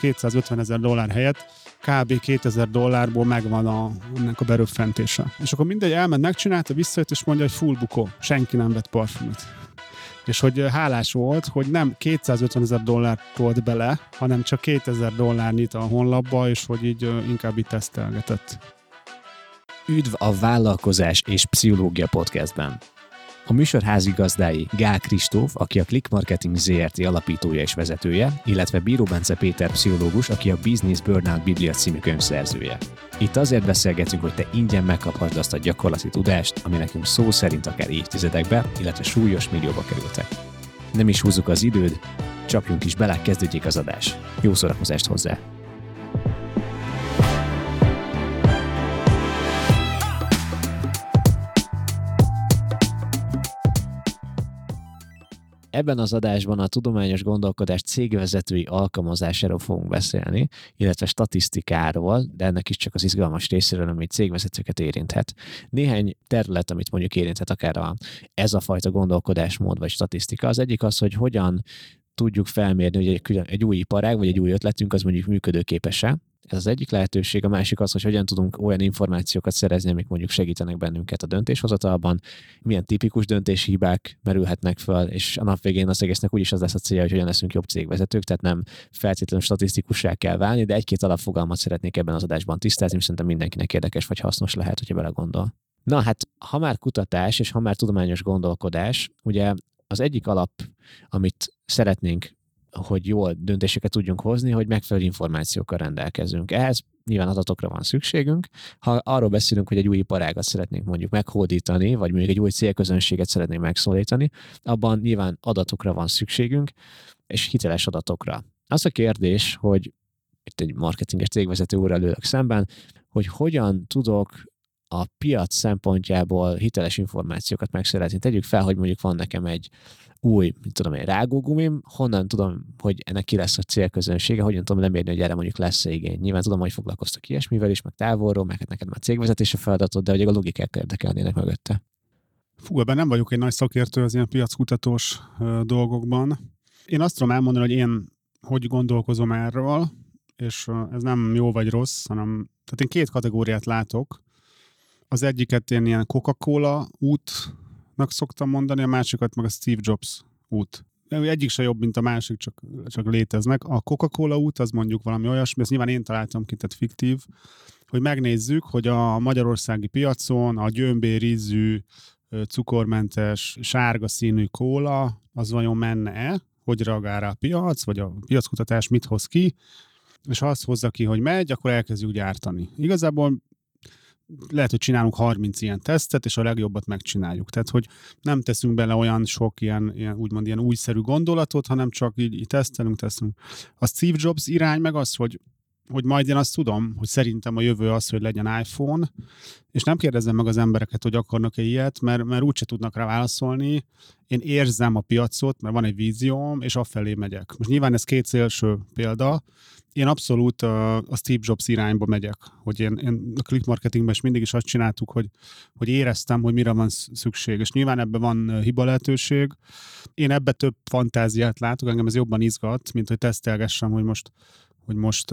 $250 000 helyett kb. $2000 megvan ennek a beröffentése. És akkor mindegy elment, megcsinálta, visszajött, és mondja, hogy full bukó. Senki nem vett parfümöt. És hogy hálás volt, hogy nem $250 000 tolt bele, hanem csak $2000 nyit a honlapba, és hogy így inkább itt tesztelgetett. Üdv a Vállalkozás és Pszichológia Podcastben. A műsor házigazdái Gál Kristóf, aki a Click Marketing Zrt. Alapítója és vezetője, illetve Bíró Bence Péter pszichológus, aki a Business Burnout Biblia című könyv szerzője. Itt azért beszélgetünk, hogy te ingyen megkaphasd azt a gyakorlati tudást, ami nekünk szó szerint akár évtizedekbe, illetve súlyos millióba kerültek. Nem is húzzuk az időd, csapjunk is bele, kezdődjék az adás. Jó szórakozást hozzá! Ebben az adásban a tudományos gondolkodás cégvezetői alkalmazásáról fogunk beszélni, illetve statisztikáról, de ennek is csak az izgalmas részéről, ami cégvezetőket érinthet. Néhány terület, amit mondjuk érinthet akár ez a fajta gondolkodásmód vagy statisztika. Az egyik az, hogy hogyan tudjuk felmérni, hogy egy új iparág vagy egy új ötletünk az mondjuk működőképes-e. Ez az egyik lehetőség, a másik az, hogy hogyan tudunk olyan információkat szerezni, amik mondjuk segítenek bennünket a döntéshozatalban, milyen tipikus döntési hibák merülhetnek föl, és a nap végén az egésznek úgyis az lesz a célja, hogy hogyan leszünk jobb cégvezetők, tehát nem feltétlenül statisztikussá kell válni, de egy-két alapfogalmat szeretnék ebben az adásban tisztázni, szerintem mindenkinek érdekes vagy hasznos lehet, hogyha belegondol. Na hát, ha már kutatás és ha már tudományos gondolkodás, ugye az egyik alap, amit szeretnénk, hogy jól döntéseket tudjunk hozni, hogy megfelelő információkkal rendelkezünk. Ehhez nyilván adatokra van szükségünk. Ha arról beszélünk, hogy egy új iparágat szeretnénk mondjuk meghódítani, vagy mondjuk egy új célközönséget szeretnénk megszólítani, abban nyilván adatokra van szükségünk, és hiteles adatokra. Az a kérdés, hogy itt egy marketinges cégvezető úrral ülök szemben, hogy hogyan tudok a piac szempontjából hiteles információkat megszerezni. Tegyük fel, hogy mondjuk van nekem egy új, rágógumim, honnan tudom, hogy ennek ki lesz a célközönsége, hogyan tudom lemérni, hogy erre mondjuk lesz igény. Nyilván tudom, hogy foglalkoztak ilyesmivel is, meg távolról, meg neked már cégvezetési feladatod, de hogy a logikák érdekelnének mögötte. Fú, ebben nem vagyok egy nagy szakértő az ilyen piackutatós dolgokban. Én azt tudom elmondani, hogy én hogy gondolkozom erről, és ez nem jó vagy rossz, hanem tehát én két kategóriát látok. Az egyiket én ilyen Coca-Cola útnak szoktam mondani, a másikat meg a Steve Jobs út. Egyik se jobb, mint a másik, csak léteznek. A Coca-Cola út az mondjuk valami olyasmi, ezt nyilván én találtam ki, tehát fiktív, hogy megnézzük, hogy a magyarországi piacon a gyömbérízű, cukormentes, sárga színű kóla, az vajon menne-e, hogy reagál rá a piac, vagy a piackutatás mit hoz ki, és ha azt hozza ki, hogy megy, akkor elkezdjük gyártani. Igazából lehet, hogy csinálunk 30 ilyen tesztet, és a legjobbat megcsináljuk. Tehát, hogy nem teszünk bele olyan sok úgymond ilyen újszerű gondolatot, hanem csak így tesztelünk. A Steve Jobs irány meg az, hogy majd én azt tudom, hogy szerintem a jövő az, hogy legyen iPhone, és nem kérdezem meg az embereket, hogy akarnak-e ilyet, mert úgyse tudnak rá válaszolni. Én érzem a piacot, mert van egy vízióm, és afelé megyek. Most nyilván ez két szélső példa. Én abszolút a Steve Jobs irányba megyek, hogy én a click marketingben is mindig is azt csináltuk, hogy éreztem, hogy mire van szükség, és nyilván ebben van hiba lehetőség. Én ebbe több fantáziát látok, engem ez jobban izgat, mint hogy tesztelgessem, hogy most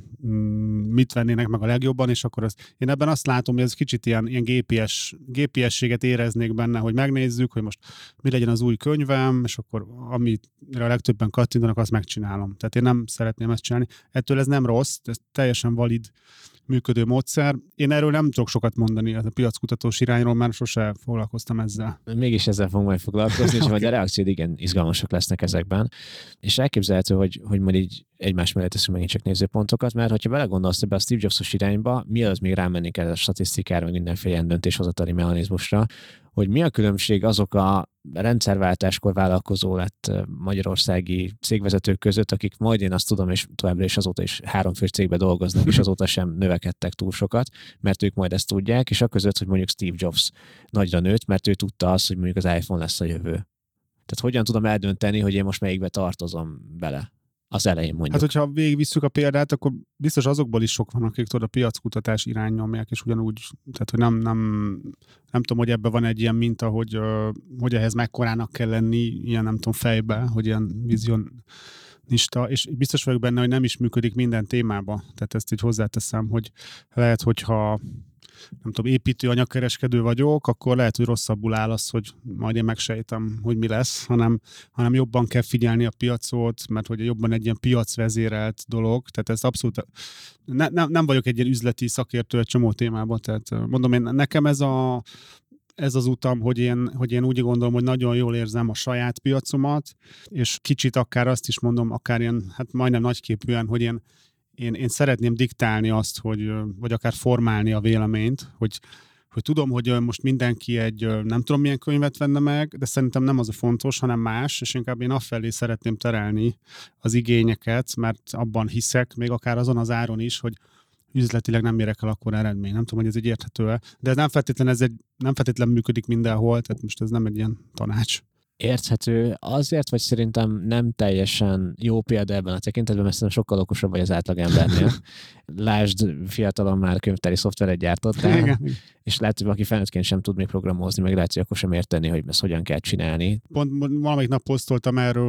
mit vennének meg a legjobban, és akkor én ebben azt látom, hogy ez kicsit ilyen GPS-séget éreznék benne, hogy megnézzük, hogy most mi legyen az új könyvem, és akkor amire a legtöbben kattintanak, azt megcsinálom. Tehát én nem szeretném ezt csinálni. Ettől ez nem rossz, ez teljesen valid működő módszer. Én erről nem tudok sokat mondani, ez a piackutatós irányról, mert sose foglalkoztam ezzel. Mégis ezzel fogunk majd foglalkozni, és majd a reakciód igen izgalmasak lesznek ezekben. És elképzelhető, hogy majd így egymás mellé teszünk megint csak nézőpontokat, mert hogyha belegondolsz ebbe a Steve Jobs-os irányba, mielőtt még rámennénk erre a statisztikára, meg mindenféle ilyen döntéshozatali mechanizmusra, hogy mi a különbség azok a rendszerváltáskor vállalkozó lett magyarországi cégvezetők között, akik majd én azt tudom, és továbbra is azóta is 3 fős cégben dolgoznak, és azóta sem növekedtek túl sokat, mert ők majd ezt tudják, és aközött, hogy mondjuk Steve Jobs nagyra nőtt, mert ő tudta azt, hogy mondjuk az iPhone lesz a jövő. Tehát hogyan tudom eldönteni, hogy én most melyikbe tartozom bele? Az elején mondjuk. Hát, hogyha végigvisszük a példát, akkor biztos azokból is sok van, akik a piackutatás iránynyomják, és ugyanúgy, tehát hogy nem tudom, hogy ebben van egy ilyen minta, hogy ehhez mekkorának kell lenni, ilyen nem tudom fejbe, hogy ilyen és biztos vagyok benne, hogy nem is működik minden témába. Tehát ezt így hozzáteszem, hogy lehet, hogyha nem tudom, építőanyagkereskedő vagyok, akkor lehet, hogy rosszabbul áll az, hogy majd én megsejtem, hogy mi lesz, hanem jobban kell figyelni a piacot, mert hogy jobban egy ilyen piacvezérelt dolog, tehát ez abszolút nem vagyok egy ilyen üzleti szakértő egy csomó témában, tehát mondom én, nekem ez az utam, hogy én úgy gondolom, hogy nagyon jól érzem a saját piacomat, és kicsit akár azt is mondom, akár ilyen, hát majdnem nagyképűen, hogy én szeretném diktálni azt, vagy akár formálni a véleményt, hogy tudom, hogy most mindenki egy nem tudom milyen könyvet venne meg, de szerintem nem az a fontos, hanem más, és inkább én afelé szeretném terelni az igényeket, mert abban hiszek, még akár azon az áron is, hogy üzletileg nem érek el akkor eredmény. Nem tudom, hogy ez így érthető-e. De ez nem feltétlenül működik mindenhol, tehát most ez nem egy ilyen tanács. Érthető azért, vagy szerintem nem teljesen jó példa ebben a tekintetben, mert szerintem sokkal okosabb vagy az átlagembernél. Lásd, fiatalon már könyvtári szoftveret gyártottál, és lehet, hogy valaki felnőttként sem tud még programozni, meg lehet, hogy akkor sem érteni, hogy ezt hogyan kell csinálni. Pont valamelyik nap posztoltam erről,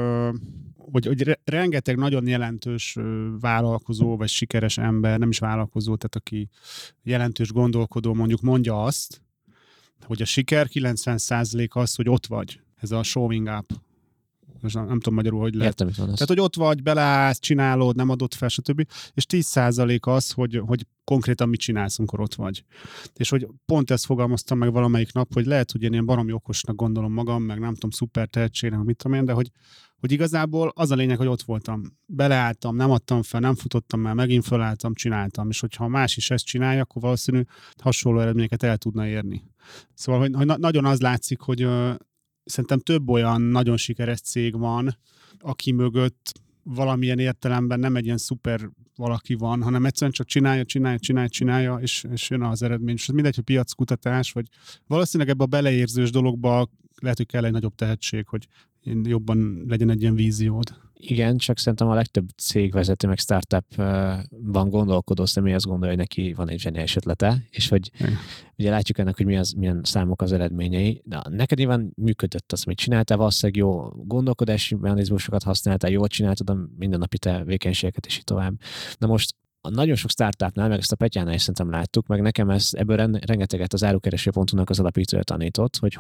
hogy rengeteg nagyon jelentős vállalkozó, vagy sikeres ember, nem is vállalkozó, tehát aki jelentős gondolkodó mondja azt, hogy a siker 90% az, hogy ott vagy. Ez a showing up. Most nem tudom magyarul, hogy lehet. Értem, tehát, hogy ott vagy, beleállsz, csinálod, nem adod fel, stb. És 10% az, hogy konkrétan mit csinálsz, amikor ott vagy. És hogy pont ezt fogalmaztam meg valamelyik nap, hogy lehet, hogy én ilyen baromi okosnak gondolom magam, meg nem tudom, szuper tehetségnek, mit tudom én, de hogy igazából az a lényeg, hogy ott voltam. Beleálltam, nem adtam fel, nem futottam el, megint felálltam, csináltam. És hogyha más is ezt csinálja, akkor valószínű hasonló eredményeket el tudna érni. Szóval, hogy nagyon az látszik, hogy szerintem több olyan nagyon sikeres cég van, aki mögött valamilyen értelemben nem egy ilyen szuper valaki van, hanem egyszerűen csak csinálja, és jön az eredmény. És ez mindegy, hogy piackutatás, vagy valószínűleg ebbe a beleérzős dologba lehet, hogy kell egy nagyobb tehetség, hogy jobban legyen egy ilyen víziód. Igen, csak szerintem a legtöbb cégvezető, meg startupban gondolkodó személy azt gondolja, hogy neki van egy zseniális ötlete, és hogy ugye látjuk ennek, hogy milyen számok az eredményei. De neked nyilván működött az, amit csináltál, valószínűleg jó gondolkodási mechanizmusokat használtál, jól csináltad a mindennapi tevékenységeket, és így tovább. Na most nagyon sok startupnál, meg ezt a Petyánál is szerintem láttuk, meg nekem ebből rengeteget az árukereső.hu-nak az alapítója tanított, hogy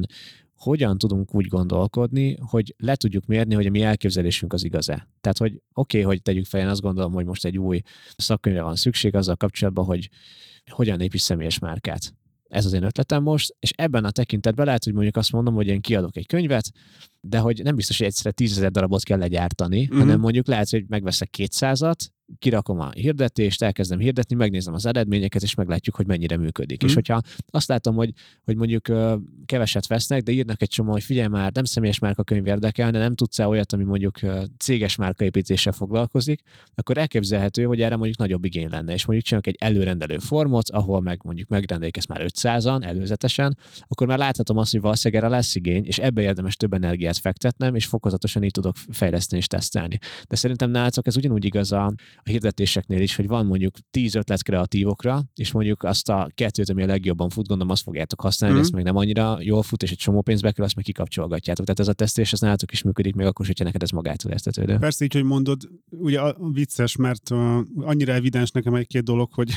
hogyan tudunk úgy gondolkodni, hogy le tudjuk mérni, hogy a mi elképzelésünk az igaz-e. Tehát, hogy oké, hogy tegyük fel, én azt gondolom, hogy most egy új szakkönyvre van szükség azzal kapcsolatban, hogy hogyan építs személyes márkát. Ez az én ötletem most, és ebben a tekintetben lehet, hogy mondjuk azt mondom, hogy én kiadok egy könyvet, de hogy nem biztos, hogy egyszerre 10 000 darabot kell legyártani, hanem mondjuk lehet, hogy megveszek 200-at, kirakom a hirdetést, elkezdem hirdetni, megnézem az eredményeket, és meglátjuk, hogy mennyire működik. És hogyha azt látom, hogy mondjuk keveset vesznek, de írnak egy csomó, hogy figyelj már, nem személyes márkakönyv érdekelne, nem tudsz olyat, ami mondjuk céges márkaépítéssel foglalkozik, akkor elképzelhető, hogy erre mondjuk nagyobb igény lenne, és mondjuk csinálok egy előrendelő formot, ahol mondjuk megrendelik ezt már 500-an előzetesen, akkor már láthatom azt, hogy valószínűleg erre lesz igény, és ebbe érdemes több energiát fektetnem, és fokozatosan így tudok fejleszteni és tesztelni. De szerintem nálatok ez ugyanúgy igaz a hirdetéseknél is, hogy van mondjuk 10 ötlet kreatívokra, és mondjuk azt a kettőt, ami a legjobban fut, gondolom, azt fogjátok használni, ezt meg nem annyira jól fut, és egy csomó pénzbe kell, azt meg kikapcsolgatjátok. Tehát ez a tesztelés, ez nálatok is működik, még akkor, hogyha neked ez magától értetődő. Persze így, hogy mondod, ugye vicces, mert annyira evidens nekem egy-két dolog, hogy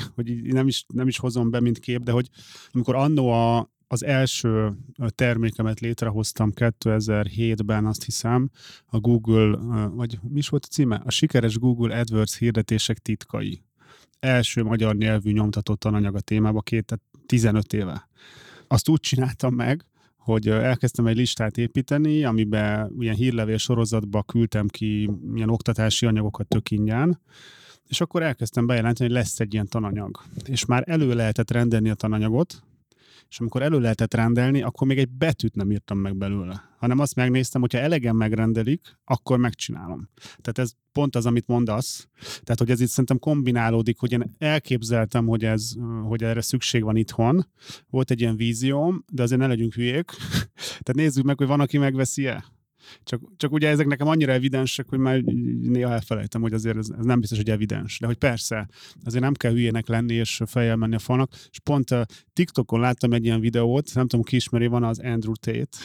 nem is hozom be, mint kép, de hogy amikor annó az első termékemet létrehoztam 2007-ben, azt hiszem, a Google, vagy mi is volt a címe? A sikeres Google AdWords hirdetések titkai. Első magyar nyelvű nyomtatott tananyag a témába, tehát 15 éve. Azt úgy csináltam meg, hogy elkezdtem egy listát építeni, amiben ilyen hírlevél sorozatba küldtem ki ilyen oktatási anyagokat tök ingyen, és akkor elkezdtem bejelenteni, hogy lesz egy ilyen tananyag. És már elő lehetett rendelni a tananyagot, és amikor elő lehetett rendelni, akkor még egy betűt nem írtam meg belőle, hanem azt megnéztem, hogyha elegen megrendelik, akkor megcsinálom. Tehát ez pont az, amit mondasz. Tehát, hogy ez itt szerintem kombinálódik, hogy én elképzeltem, hogy erre szükség van itthon. Volt egy ilyen vízióm, de azért ne legyünk hülyék. Tehát nézzük meg, hogy van, aki megveszi-e. Csak ugye ezek nekem annyira evidensek, hogy már néha elfelejtem, hogy azért ez nem biztos, hogy evidens. De hogy persze, azért nem kell hülyének lenni és fejjel menni a falnak. És pont TikTokon láttam egy ilyen videót, nem tudom, ki ismeri, van az Andrew Tate,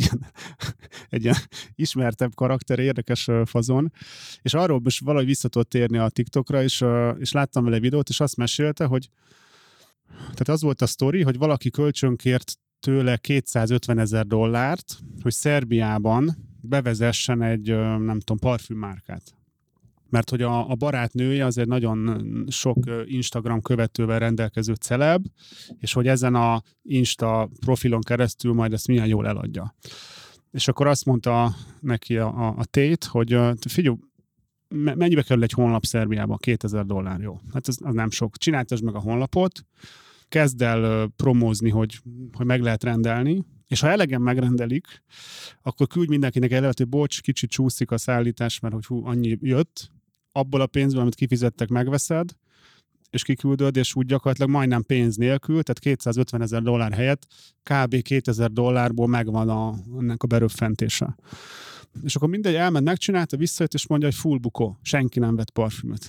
egy ilyen ismertebb karakter, érdekes fazon, és arról most valahogy vissza tudott térni a TikTokra, és láttam vele videót, és azt mesélte, hogy tehát az volt a sztori, hogy valaki kölcsönkért tőle $250,000, hogy Szerbiában bevezessen egy, nem tudom, parfümmárkát. Mert hogy a barátnője azért nagyon sok Instagram követővel rendelkező celeb, és hogy ezen a Insta profilon keresztül majd ezt milyen jól eladja. És akkor azt mondta neki a Tate, hogy figyelj, mennyibe kerül egy honlap Szerbiában? $2,000, jó. Hát az nem sok. Csináltasd meg a honlapot, kezd el promózni, hogy meg lehet rendelni, és ha elegen megrendelik, akkor küldj mindenkinek egy levelet, hogy bocs, kicsit csúszik a szállítás, mert hogy annyi jött, abból a pénzből, amit kifizettek, megveszed, és kiküldöd, és úgy gyakorlatilag majdnem pénz nélkül, tehát $250,000 helyett kb. $2,000 megvan ennek a beröffentése. És akkor mindegy elment, megcsinálta, visszajött, és mondja, hogy full bukó, senki nem vett parfümöt.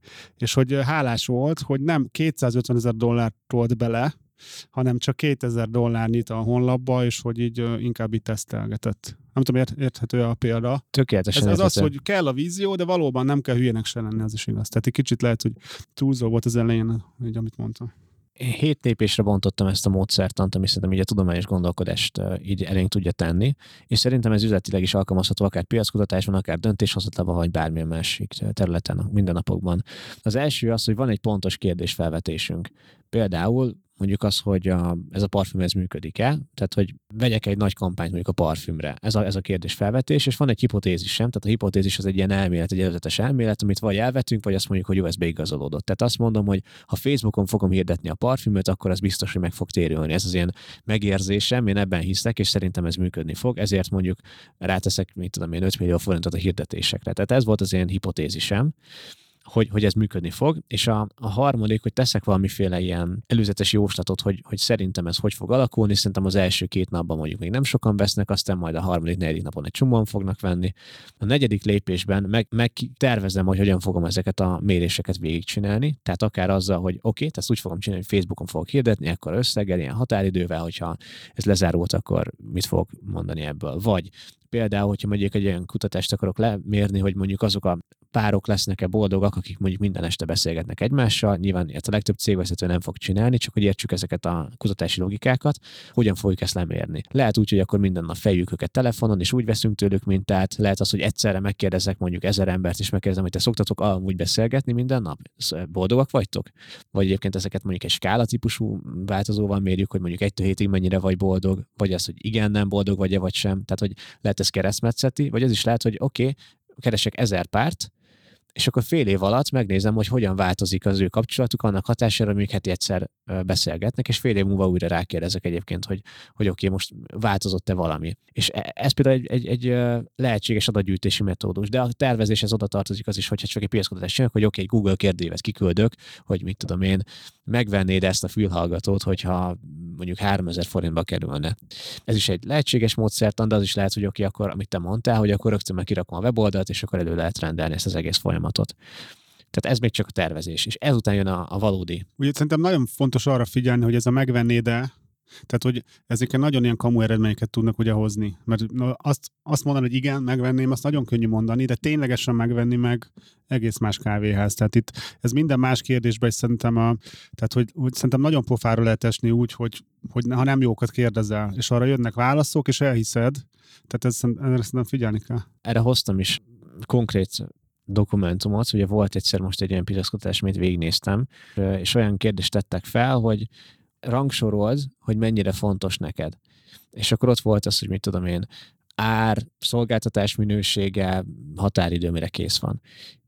És hogy hálás volt, hogy nem $250,000 tolt bele, hanem csak $2,000 a honlapba, és hogy így inkább így tesztelgetett. Nem tudom, érthető a példa. Tökéletesen ez az, hogy kell a vízió, de valóban nem kell hülyének se lenni, az is igaz. Tehát egy kicsit lehet, hogy túlzó volt az elején, így, amit mondtam. 7 lépésre bontottam ezt a módszertant, ami szerintem így a tudományos gondolkodást így elénk tudja tenni, és szerintem ez üzletileg is alkalmazható akár piackutatásban, akár döntéshozatalban, vagy bármilyen másik területen a mindennapokban. Az első az, hogy van egy pontos kérdésfelvetésünk. Például mondjuk az, hogy ez a parfüm ez működik-e, tehát hogy vegyek egy nagy kampányt mondjuk a parfümre. Ez a kérdésfelvetés, és van egy hipotézis sem, tehát a hipotézis az egy ilyen elmélet, egy előzetes elmélet, amit vagy elvetünk, vagy azt mondjuk, hogy jó, ez beigazolódott. Tehát azt mondom, hogy ha Facebookon fogom hirdetni a parfümöt, akkor az biztos, hogy meg fog térülni. Ez az ilyen megérzésem, én ebben hiszek, és szerintem ez működni fog, ezért mondjuk ráteszek, mit tudom én, 5 millió forintot a hirdetésekre. Tehát ez volt az én hipotézisem, hogy ez működni fog, és a harmadik, hogy teszek valamiféle ilyen előzetes jóslatot, hogy szerintem ez hogy fog alakulni, szerintem az első 2 napban mondjuk még nem sokan vesznek, aztán majd a harmadik, negyedik napon egy csomóan fognak venni. A negyedik lépésben meg tervezem, hogy hogyan fogom ezeket a méréseket végigcsinálni, tehát akár azzal, hogy oké, ezt úgy fogom csinálni, hogy Facebookon fogok hirdetni, akkor összeggel, ilyen határidővel, hogyha ez lezárult, akkor mit fogok mondani ebből. Vagy például, hogyha mondjuk egy olyan kutatást akarok lemérni, hogy mondjuk azok a párok lesznek-e boldogak, akik mondjuk minden este beszélgetnek egymással, nyilván ezt a legtöbb cégvezető nem fog csinálni, csak hogy értsük ezeket a kutatási logikákat, hogyan fogjuk ezt lemérni. Lehet úgy, hogy akkor minden nap feljük őket telefonon, és úgy veszünk tőlük mintát, lehet az, hogy egyszerre megkérdezek mondjuk 1000 embert, és megkérdezem, hogy te szoktatok amúgy beszélgetni minden nap? Boldogak vagytok? Vagy egyébként ezeket mondjuk egy skála típusú változóval mérjük, hogy mondjuk 1-től 7-ig mennyire vagy boldog, vagy az, hogy igen, nem boldog vagy-e vagy sem. Tehát, hogy lehet ez keresztmetszeti, vagy az is lehet, hogy oké, keresek 1000 párt, és akkor fél év alatt megnézem, hogy hogyan változik az ő kapcsolatuk, annak hatására még heti egyszer beszélgetnek, és fél év múlva újra rákérdezek egyébként, hogy oké, most változott-e valami. És ez például egy lehetséges adatgyűjtési metódus, de a tervezéshez oda tartozik az is, hogyha csak egy piackutatást csinálok, hogy oké, egy Google kérdőívet kiküldök, hogy mit tudom én, megvennéd ezt a fülhallgatót, hogyha mondjuk 3000 forintba kerülne. Ez is egy lehetséges módszertan, de az is lehet, hogy oké, akkor amit te mondtál, hogy akkor rögtön meg kirakom a weboldalt, és akkor elő lehet rendelni ezt az egész folyamatot. Tehát ez még csak a tervezés, és ezután jön a valódi. Ugye szerintem nagyon fontos arra figyelni, hogy ez a megvennéd-e, tehát, hogy ezek nagyon ilyen kamu eredményeket tudnak ugye hozni. Mert azt mondani, hogy igen, megvenném, azt nagyon könnyű mondani, de ténylegesen megvenni meg egész más kávéház. Tehát itt ez minden más kérdésben is szerintem, tehát, hogy szerintem nagyon pofára lehet esni úgy, hogy ha nem jókat kérdezel, és arra jönnek válaszok, és elhiszed. Tehát erre szerintem figyelni kell. Erre hoztam is konkrét dokumentumot, ugye volt egyszer most egy olyan piackutatás, amit végignéztem, és olyan kérdést tettek fel, hogy rangsorold, hogy mennyire fontos neked. És akkor ott volt az, hogy mit tudom én, ár, szolgáltatás minősége, határidő, mire kész van.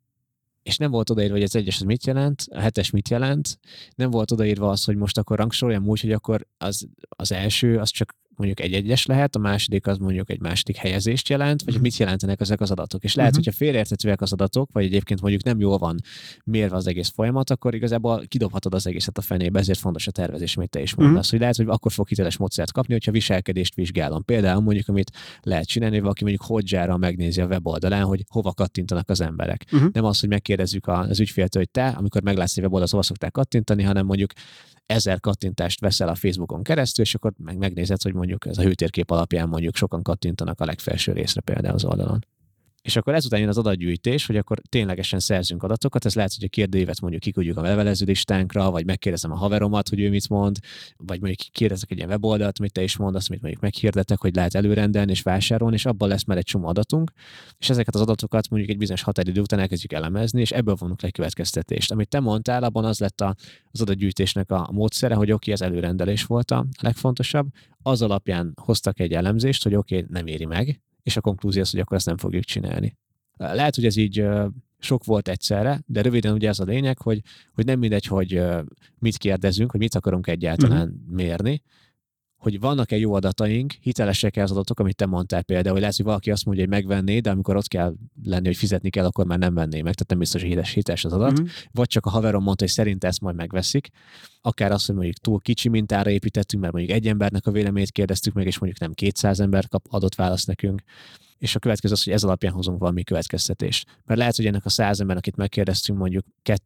És nem volt odaírva, hogy az egyes az mit jelent, a 7-es mit jelent, nem volt odaírva az, hogy most akkor rangsoroljam úgy, hogy akkor az első, az csak mondjuk egy egyes lehet, a második az mondjuk egy második helyezést jelent, vagy mit jelentenek ezek az adatok. És lehet, hogyha félreérthetőek az adatok, vagy egyébként mondjuk nem jól van mérve az egész folyamat, akkor igazából kidobhatod az egészet a fenébe, ezért fontos a tervezés, amit te is mondasz, hogy lehet, hogy akkor fog hiteles módszert kapni, hogyha viselkedést vizsgálom. Például mondjuk, amit lehet csinálni, hogy valaki mondjuk Hotjar-ra megnézi a weboldalán, hogy hova kattintanak az emberek. Nem az, hogy megkérdezzük az ügyféltől, hogy te, amikor meglátsz egy weboldalt, hova szoktál kattintani, hanem mondjuk 1000 kattintást veszel a Facebookon keresztül, és akkor megnézed, hogy mondjuk ez a hőtérkép alapján mondjuk sokan kattintanak a legfelső részre például az oldalon. És akkor ezután jön az adatgyűjtés, hogy akkor ténylegesen szerzünk adatokat, ez lehet, hogy a kérdőívet mondjuk kiküldjük a levelező listánkra, vagy megkérdezem a haveromat, hogy ő mit mond, vagy mondjuk kérdezek egy ilyen weboldalt, amit te is mondasz, amit mondjuk meghirdetek, hogy lehet előrendelni és vásárolni, és abban lesz már egy csomó adatunk, és ezeket az adatokat mondjuk egy bizonyos határidő után elkezdjük elemezni, és ebből vonunk le következtetést. Amit te mondtál, abban az lett az adatgyűjtésnek a módszere, hogy oké, ez előrendelés volt a legfontosabb, az alapján hoztak egy elemzést, hogy oké, nem éri meg, és a konklúzió az, hogy akkor ezt nem fogjuk csinálni. Lehet, hogy ez így sok volt egyszerre, de röviden ugye ez a lényeg, hogy nem mindegy, hogy mit kérdezünk, hogy mit akarunk egyáltalán mérni, hogy vannak-e jó adataink, hitelesek-e az adatok, amit te mondtál például, hogy lehet, hogy valaki azt mondja, hogy megvenné, de amikor ott kell lenni, hogy fizetni kell, akkor már nem venné meg, tehát nem biztos, hogy hiteles az adat, vagy csak a haverom mondta, hogy szerint ezt majd megveszik, akár azt, hogy mondjuk túl kicsi mintára építettünk, mert mondjuk egy embernek a véleményét kérdeztük meg, és mondjuk nem 200 ember kap adott választ nekünk. És a következő az, hogy ez alapján hozunk valami következtetést. Mert lehet, hogy ennek a 100 ember, akit megkérdeztünk, mondjuk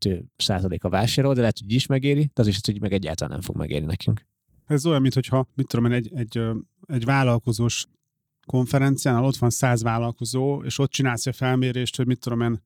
2%-a vásárol, de lehet, hogy így is megéri, de az is, hogy meg egyáltalán nem fog megérni nekünk. Ez olyan, mintha, mit tudom én, egy vállalkozós konferencián, ott van 100 vállalkozó, és ott csinálsz egy felmérést, hogy mit tudom én,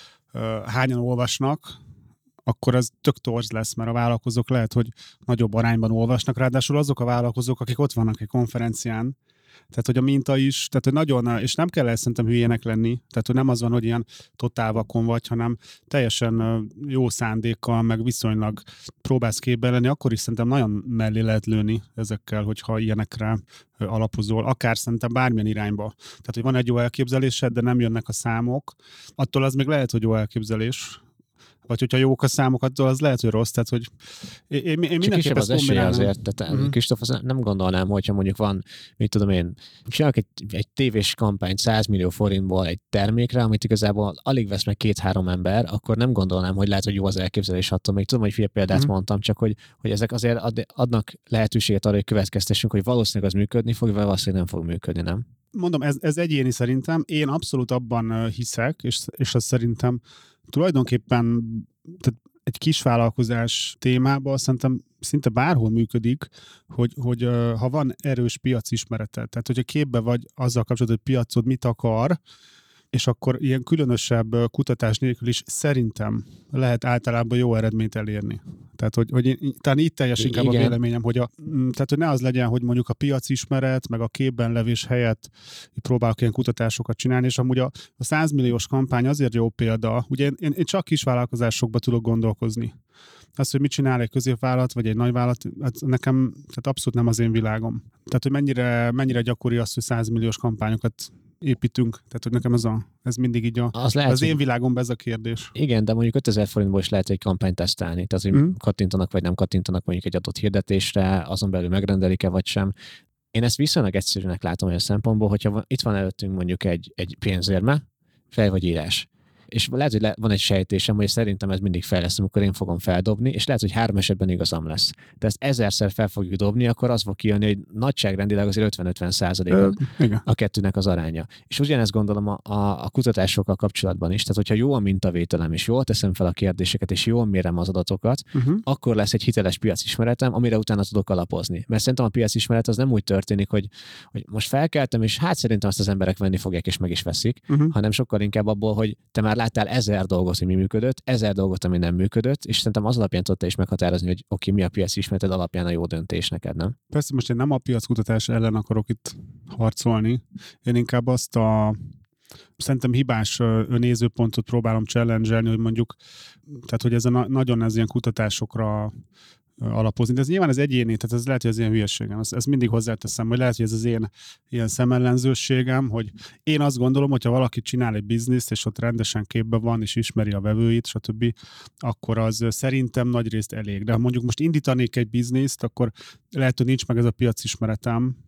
hányan olvasnak, akkor az tök torz lesz, mert a vállalkozók lehet, hogy nagyobb arányban olvasnak, ráadásul azok a vállalkozók, akik ott vannak egy konferencián, tehát, hogy a minta is, tehát, hogy nagyon, és nem kell szerintem hülyének lenni, tehát, hogy nem az van, hogy ilyen totál vakon vagy, hanem teljesen jó szándékkal, meg viszonylag próbálsz képbe lenni, akkor is szerintem nagyon mellé lehet lőni ezekkel, hogyha ilyenekre alapozol, akár szerintem bármilyen irányba. Tehát, hogy van egy jó elképzelésed, de nem jönnek a számok, attól az még lehet, hogy jó elképzelés, vagy hogyha jók a számok, attól az lehet, hogy rossz. Tehát, hogy én mindenképp ezt kombinálom. Azért, tehát Kristóf, nem gondolnám, hogyha mondjuk van, mit tudom én, csinálok egy tévés kampányt 100 millió forintból egy termékre, amit igazából alig vesz meg 2-3 ember, akkor nem gondolnám, hogy lehet, hogy jó az elképzelés attól. Még tudom, hogy fél példát mondtam, csak hogy ezek azért adnak lehetőséget arra, hogy következtessünk, hogy valószínűleg az működni fog, vagy valószínűleg nem fog működni, nem? Mondom, ez egyéni szerintem. Én abszolút abban hiszek, és az szerintem tulajdonképpen tehát egy kisvállalkozás témában szerintem szinte bárhol működik, hogy ha van erős piacismereted, tehát hogyha képbe vagy azzal kapcsolatban, hogy piacod mit akar, és akkor ilyen különösebb kutatás nélkül is szerintem lehet általában jó eredményt elérni. Tehát, hogy talán itt teljes inkább a véleményem, tehát, hogy ne az legyen, hogy mondjuk a piacismeret, meg a képben levés helyett próbálok ilyen kutatásokat csinálni, és amúgy a 100 milliós kampány azért jó példa, ugye én csak kisvállalkozásokba tudok gondolkozni. Az, hogy mit csinál egy középvállalat, vagy egy nagyvállalat, nekem tehát abszolút nem az én világom. Tehát, hogy mennyire gyakori az, hogy 100 milliós kampányokat építünk. Tehát, hogy nekem ez mindig így az én világomban ez a kérdés. Igen, de mondjuk 5000 forintból is lehet egy kampányt tesztelni. Tehát, hogy kattintanak vagy nem kattintanak mondjuk egy adott hirdetésre, azon belül megrendelik-e vagy sem. Én ezt viszonylag egyszerűnek látom olyan szempontból, hogyha itt van előttünk mondjuk egy pénzérme, fej vagy írás. És lehet, hogy van egy sejtésem, hogy szerintem ez mindig fel lesz, amikor én fogom feldobni, és lehet, hogy 3 esetben igazam lesz. De ezt 1000-szer fel fogjuk dobni, akkor az fog kijönni, hogy nagyságrendileg azért 50-50% a kettőnek az aránya. És ugyanezt gondolom a kutatásokkal kapcsolatban is. Tehát, hogyha jó a mintavételem, és jól teszem fel a kérdéseket, és jól mérem az adatokat, akkor lesz egy hiteles piacismeretem, amire utána tudok alapozni. Mert szerintem a piacismeret az nem úgy történik, hogy most felkeltem, és hát szerintem azt az emberek venni fogják, és meg is veszik, hanem sokkal inkább abból, hogy te már láttál 1000 dolgot, hogy mi működött, 1000 dolgot, ami nem működött, és szerintem az alapján tudta is meghatározni, hogy oké, mi a piaci ismereted alapján a jó döntés neked, nem? Persze most én nem a piackutatás ellen akarok itt harcolni. Én inkább azt szerintem hibás nézőpontot próbálom challenge-elni, hogy mondjuk, tehát hogy nagyon ez ilyen kutatásokra alapozni. De ez nyilván az egyéni, tehát ez lehet, hogy az ilyen hülyeségem. Ezt mindig hozzáteszem, hogy lehet, hogy ez az én ilyen szemellenzőségem, hogy én azt gondolom, hogyha valaki csinál egy bizniszt, és ott rendesen képben van, és ismeri a vevőit, stb., akkor az szerintem nagyrészt elég. De ha mondjuk most indítanék egy bizniszt, akkor lehet, hogy nincs meg ez a piacismeretem,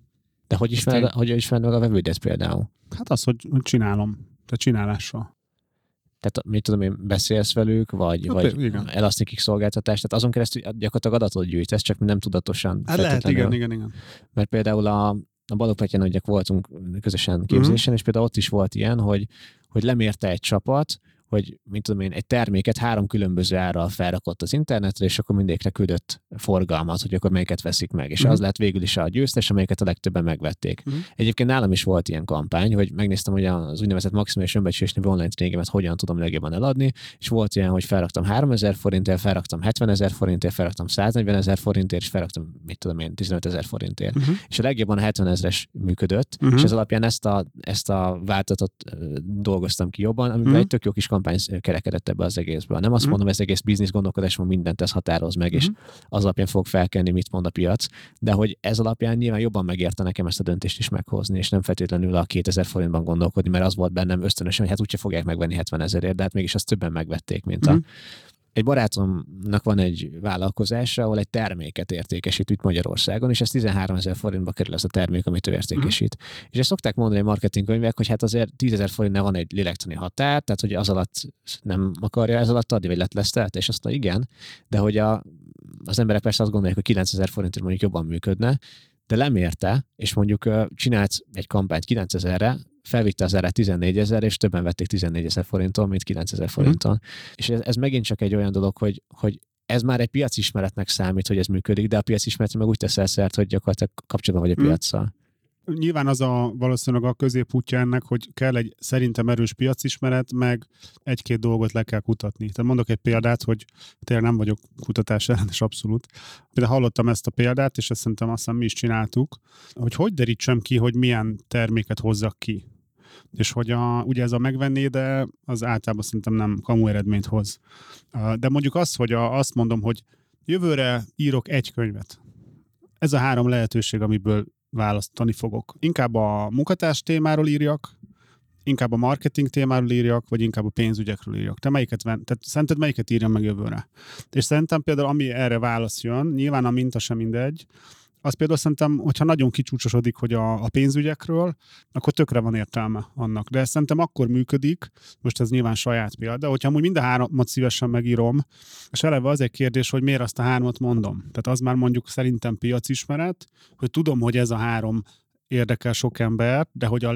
De hogy ismered meg a vevődet például? Hát az, hogy csinálom, tehát csinálással. Tehát mit tudom én, beszélsz velük, vagy eladsz nekik szolgáltatást, tehát azon keresztül gyakorlatilag adatot gyűjtesz, csak nem tudatosan. Lehet, igen. Mert például a Balogh-Petyen ugye voltunk közösen képzésen, és például ott is volt ilyen, hogy lemérte egy csapat, hogy mit tudom én, egy terméket 3 különböző árral felrakott az internetre, és akkor mindegyikre küldött forgalmat, hogy akkor melyiket veszik meg. És az lett végül is a győztes, amelyiket a legtöbben megvették. Egyébként nálam is volt ilyen kampány, hogy megnéztem, hogy az úgynevezett maximális önbecsülés nevű online tréningemet hogyan tudom legjobban eladni, és volt ilyen, hogy felraktam 3000 forintért, felraktam 70 000 forintért, felraktam 140 000 forintért, és felraktam, mit tudom én, 15 000 forintért. És a legjobban a 70 000-es működött, és ez alapján ezt a váltatot dolgoztam ki jobban, amiben egy tök jó kis kampány kerekedett ebbe az egészből. Nem azt mondom, ez egész biznisz gondolkodás, van mindent ez határoz meg, és az alapján fog felkelni, mit mond a piac, de hogy ez alapján nyilván jobban megérte nekem ezt a döntést is meghozni, és nem feltétlenül a 2000 forintban gondolkodni, mert az volt bennem ösztönösen, hogy hát úgyse fogják megvenni 70 000-ért, de hát mégis azt többen megvették, mint Egy barátomnak van egy vállalkozása, ahol egy terméket értékesít itt Magyarországon, és ez 13 000 forintba kerül ez a termék, amit ő értékesít. És ezt szokták mondani a marketingkönyvek, hogy hát azért 10 000 forintnál van egy lélektani határ, tehát hogy az alatt nem akarja ez alatt adni, vagy letlesztelte, és azt mondja, igen, de hogy az emberek persze azt gondolják, hogy 9 000 forintért mondjuk jobban működne, de lemérte, és mondjuk csinált egy kampányt 9 000-re, felvitte az árát 14 000, és többen vették 14 000 forinton, mint 9 000 forinton. És ez megint csak egy olyan dolog, hogy ez már egy piacismeretnek számít, hogy ez működik, de a piacismeretre meg úgy teszel szert, hogy gyakorlatilag kapcsolatban vagy a piaccal. Nyilván az valószínűleg a középútja ennek, hogy kell egy szerintem erős piacismeret, meg egy-két dolgot le kell kutatni. Tehát mondok egy példát, hogy tényleg nem vagyok kutatás ellenes abszolút. Például hallottam ezt a példát, és ezt szerintem aztán mi is csináltuk, hogy derítsem ki, hogy milyen terméket hozzak ki. És hogy ugye ez a megvenni, de az általában szerintem nem kamu eredményt hoz. De mondjuk hogy azt mondom, hogy jövőre írok egy könyvet. Ez a 3 lehetőség, amiből választani fogok. Inkább a munkatárs témáról írjak, inkább a marketing témáról írjak, vagy inkább a pénzügyekről írjak. Tehát szerinted melyiket írjam meg jövőre? És szerintem például, ami erre válasz jön, nyilván a minta sem mindegy, az például szerintem, hogyha nagyon kicsúcsosodik, hogy a pénzügyekről, akkor tökre van értelme annak. De szerintem akkor működik, most ez nyilván saját példa, hogyha amúgy mind a 3-at szívesen megírom, és eleve az egy kérdés, hogy miért azt a 3-at mondom. Tehát az már mondjuk szerintem piacismeret, hogy tudom, hogy ez a 3 érdekel sok ember, de hogy a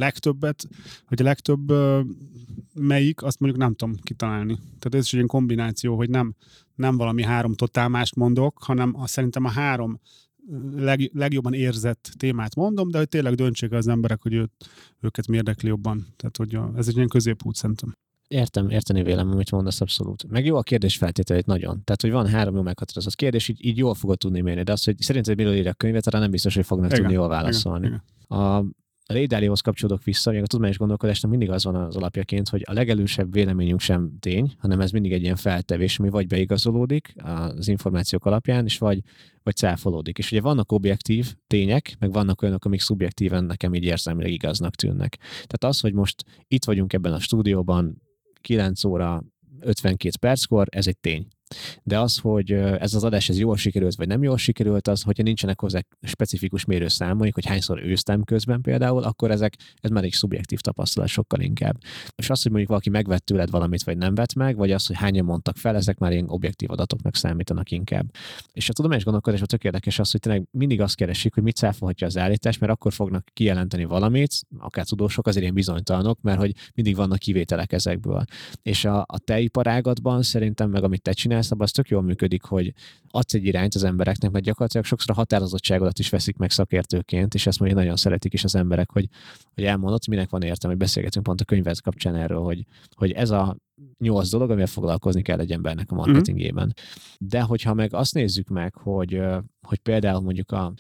legtöbb melyik, azt mondjuk nem tudom kitalálni. Tehát ez is egy ilyen kombináció, hogy nem valami 3 totál mást mondok, hanem szerintem a 3 legjobban érzett témát mondom, de hogy tényleg döntsék az emberek, hogy őket mi érdekli jobban. Tehát, hogy ez egy ilyen középút szerintem. Érteni vélem, amit mondasz abszolút. Meg jó a kérdés feltételét nagyon. Tehát, hogy van 3 jó meghatározott kérdés, így jól fogod tudni mérni, de az, hogy szerinted miről írja a könyvet, arra nem biztos, hogy fognak tudni jól válaszolni. Igen. A Ray Daliohoz kapcsolódok vissza, még a tudományos gondolkodásnak mindig az van az alapjaként, hogy a legelősebb véleményünk sem tény, hanem ez mindig egy ilyen feltevés, ami vagy beigazolódik az információk alapján, és vagy cáfolódik. És ugye vannak objektív tények, meg vannak olyanok, amik szubjektíven nekem így érzelmileg igaznak tűnnek. Tehát az, hogy most itt vagyunk ebben a stúdióban 9 óra 52 perckor, ez egy tény. De az, hogy ez az adás jól sikerült, vagy nem jól sikerült, az, hogyha nincsenek hozzá specifikus mérőszámaik, hogy hányszor őztem közben például, akkor ez már egy szubjektív tapasztalat sokkal inkább. És az, hogy mondjuk valaki megvett tőled valamit, vagy nem vett meg, vagy az, hogy hányan mondtak fel, ezek már ilyen objektív adatoknak számítanak inkább. És a tudományos gondolkodásban tök érdekes az, hogy tényleg mindig azt keresik, hogy mit cáfolhatja az állítás, mert akkor fognak kijelenteni valamit, akár tudósok, azért ilyen bizonytalanok, mert hogy mindig vannak kivételek ezekből. És a te iparágatban szerintem, meg amit te csinálsz, abban az tök jól működik, hogy adsz egy irányt az embereknek, mert gyakorlatilag sokszor a határozottságodat is veszik meg szakértőként, és ezt mondja, nagyon szeretik is az emberek, hogy elmondod, minek van értelme, hogy beszélgetünk pont a könyved kapcsán erről, hogy ez a 8 dolog, amivel foglalkozni kell egy embernek a marketingében. De hogyha meg azt nézzük meg, hogy például mondjuk a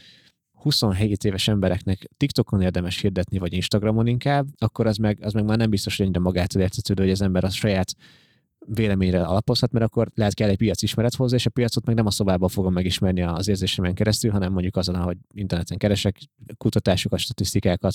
27 éves embereknek TikTokon érdemes hirdetni, vagy Instagramon inkább, akkor az meg már nem biztos, hogy ennyire magától értetődő, hogy az ember a saját véleményre alapozhat, mert akkor lehet kell egy piacismeret hozzá, és a piacot meg nem a szobában fogom megismerni az érzésemen keresztül, hanem mondjuk azon, hogy interneten keresek kutatásokat, statisztikákat,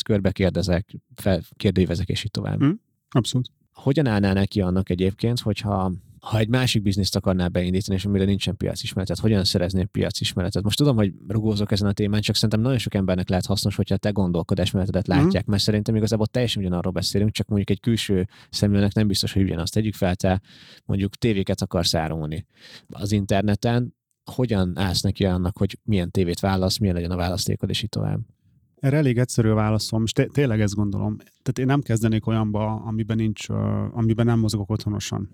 körbekérdezek, kérdőívezek, és így tovább. Abszolút. Hogyan állnál neki annak egyébként, hogyha ha egy másik bizniszt akarnál beindítani, és amire nincsen piacismeretet, hogyan szereznél piacismeretet? Most tudom, hogy rugózok ezen a témán, csak szerintem nagyon sok embernek lehet hasznos, hogyha a te gondolkodásmenetedet látják, mert szerintem igazából teljesen ugyanarról beszélünk, csak mondjuk egy külső szemlélőnek nem biztos, hogy ugyanazt. Tegyük fel, te mondjuk tévéket akarsz árulni az interneten, hogyan állsz neki annak, hogy milyen tévét válasz, milyen legyen a választékod, és így tovább? Erre elég egyszerű a válaszom, és tényleg ezt gondolom. Tehát én nem kezdenék olyanba, amiben nem mozogok otthonosan.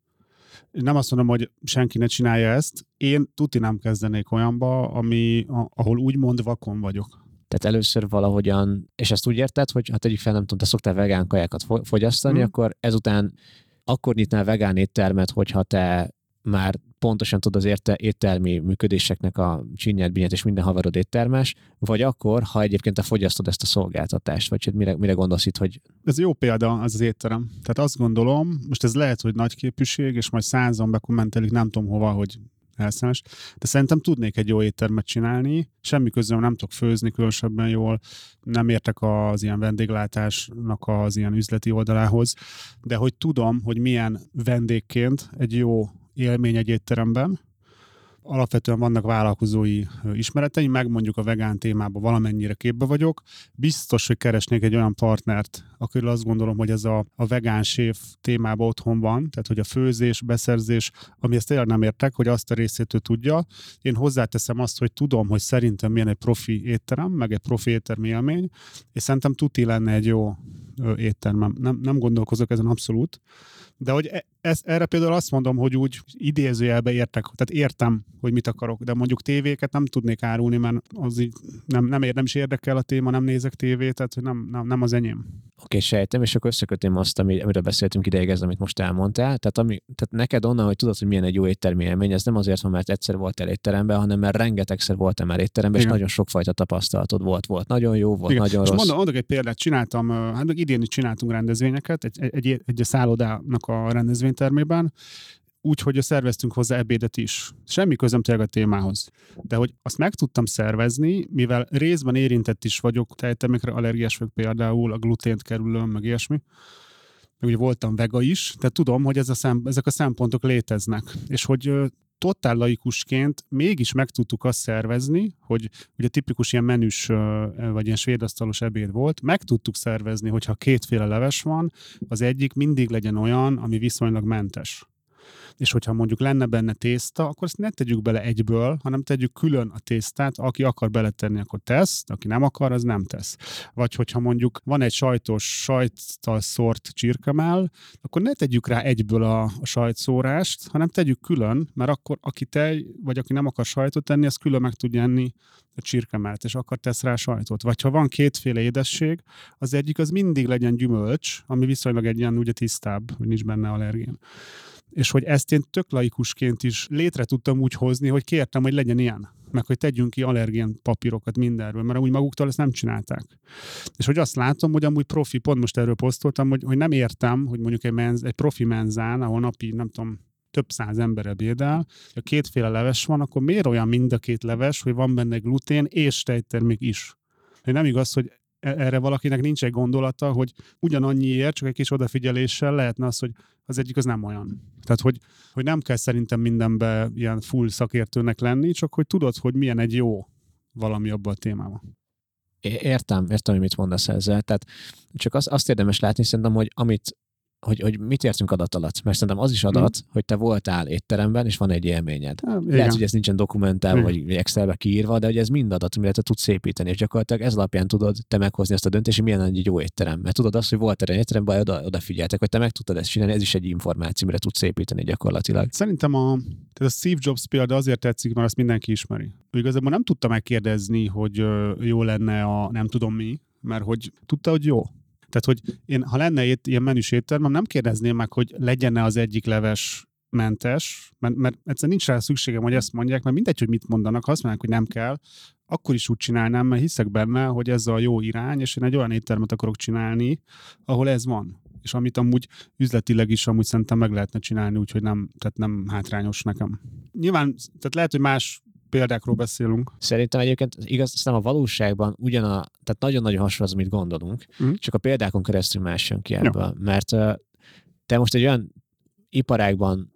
Nem azt mondom, hogy senki ne csinálja ezt, én tuti nem kezdenék olyanba, ahol úgymond vakon vagyok. Tehát először valahogyan, és ezt úgy érted, hogy ha tegyük fel, nem tudom, te szoktál vegán kajákat fogyasztani, akkor ezután akkor nyitnál vegán éttermet, hogyha te már pontosan tudod az éttermi működéseknek a csinyát, binyát és minden haverod éttermes, vagy akkor, ha egyébként te fogyasztod ezt a szolgáltatást, vagy mire gondolsz itt, hogy... Ez jó példa, az étterem. Tehát azt gondolom, most ez lehet, hogy nagy képűség, és majd 100-an bekommentelik, nem tudom hova, hogy elszállás, de szerintem tudnék egy jó éttermet csinálni, semmi közöm, nem tudok főzni különösebben jól, nem értek az ilyen vendéglátásnak az ilyen üzleti oldalához, de hogy tudom, hogy milyen vendégként egy jó élmény egy étteremben. Alapvetően vannak vállalkozói ismereteim, meg mondjuk a vegán témában valamennyire képbe vagyok. Biztos, hogy keresnék egy olyan partnert, akiről azt gondolom, hogy ez a vegán séf témában otthon van, tehát hogy a főzés, beszerzés, ami ezt tényleg nem értek, hogy azt a részét ő tudja. Én hozzáteszem azt, hogy tudom, hogy szerintem milyen egy profi étterem, meg egy profi éttermi élmény, és szerintem tuti lenne egy jó éttermem. Nem gondolkozok ezen abszolút, de hogy erre például azt mondom, hogy úgy idézőjelbe értek, tehát értem, hogy mit akarok, de mondjuk tévéket nem tudnék árulni, mert az így nem is érdekel a téma, nem nézek tévét, tehát hogy nem az enyém. Oké, sejtem, és akkor összekötném azt, amiről beszéltünk ideig, ez, amit most elmondtál. Tehát neked onnan, hogy tudod, hogy milyen egy jó éttermi élmény, ez nem azért van, mert egyszer voltál étteremben, hanem mert rengetegszer voltál már étteremben, és nagyon sokfajta tapasztalatod volt. Volt nagyon jó, volt nagyon rossz. Mondok egy példát, csináltam, hát idén is csináltunk rendezvényeket, egy szállodának a rendezvénytermében, úgyhogy szerveztünk hozzá ebédet is. Semmi közöm tényleg a témához. De hogy azt meg tudtam szervezni, mivel részben érintett is vagyok, tejtermékre allergiás vagyok például, a glutént kerülöm, meg ilyesmi. Meg ugye voltam vega is, tehát tudom, hogy ezek a szempontok léteznek. És hogy totál laikusként mégis meg tudtuk azt szervezni, hogy ugye tipikus ilyen menüs, vagy ilyen svédasztalos ebéd volt, meg tudtuk szervezni, hogyha kétféle leves van, az egyik mindig legyen olyan, ami viszonylag mentes. És hogyha mondjuk lenne benne tészta, akkor ezt ne tegyük bele egyből, hanem tegyük külön a tésztát, aki akar beletenni, akkor tesz, aki nem akar, az nem tesz. Vagy hogyha mondjuk van egy sajttal szórt csirkemell, akkor ne tegyük rá egyből a sajtszórást, hanem tegyük külön, mert akkor aki vagy aki nem akar sajtot tenni, az külön meg tud enni a csirkemellt, és akkor tesz rá sajtot. Vagy ha van kétféle édesség, az egyik az mindig legyen gyümölcs, ami viszonylag egy ilyen ugye tisztább, hogy nincs benne allergén. És hogy ezt én tök laikusként is létre tudtam úgy hozni, hogy kértem, hogy legyen ilyen. Meg hogy tegyünk ki allergén papírokat mindenről, mert amúgy maguktól ezt nem csinálták. És hogy azt látom, hogy amúgy profi, pont most erről posztoltam, hogy nem értem, hogy mondjuk egy profi menzán, ahol napi, nem tudom, több száz ember ebédel, ha kétféle leves van, akkor miért olyan mind a két leves, hogy van benne glutén és tejtermék is? Hogy nem igaz, hogy erre valakinek nincs egy gondolata, hogy ugyanannyiért, csak egy kis odafigyeléssel lehetne az, hogy az egyik az nem olyan. Tehát, hogy nem kell szerintem mindenben ilyen full szakértőnek lenni, csak hogy tudod, hogy milyen egy jó valami abban a témában. Értem, hogy mit mondasz ezzel. Tehát csak azt érdemes látni szerintem, hogy mit értünk adat alatt. Mert szerintem az is adat, hogy te voltál étteremben, és van egy élményed. Lehet, hogy ez nincsen dokumentálva, vagy Excelbe kiírva, de hogy ez mind adat, amire te tudsz építeni, és gyakorlatilag ez alapján tudod te meghozni azt a döntést, hogy milyen egy jó étterem. Mert tudod azt, hogy volt egy étteremben, odafigyeltek, hogy te meg tudtad ezt csinálni, ez is egy információ, amire tudsz építeni gyakorlatilag. Szerintem a Steve Jobs példa azért tetszik, mert azt mindenki ismeri. Igazából nem tudta megkérdezni, hogy jó lenne a nem tudom mi, mert hogy tudta, hogy jó. Tehát, hogy én, ha lenne ilyen menüs éttermem, nem kérdezném meg, hogy legyen-e az egyik leves mentes, mert egyszerűen nincs rá szükségem, hogy ezt mondják, mert mindegy, hogy mit mondanak, ha azt mondják, hogy nem kell, akkor is úgy csinálnám, mert hiszek benne, hogy ez a jó irány, és én egy olyan éttermet akarok csinálni, ahol ez van. És amit amúgy üzletileg is amúgy szerintem meg lehetne csinálni, úgyhogy nem hátrányos nekem. Nyilván, tehát lehet, hogy más példákról beszélünk. Szerintem egyébként igaz, aztán a valóságban tehát nagyon-nagyon hasonló az, amit gondolunk, csak a példákon keresztül más jön ki ebből. Ja. Mert te most egy olyan iparágban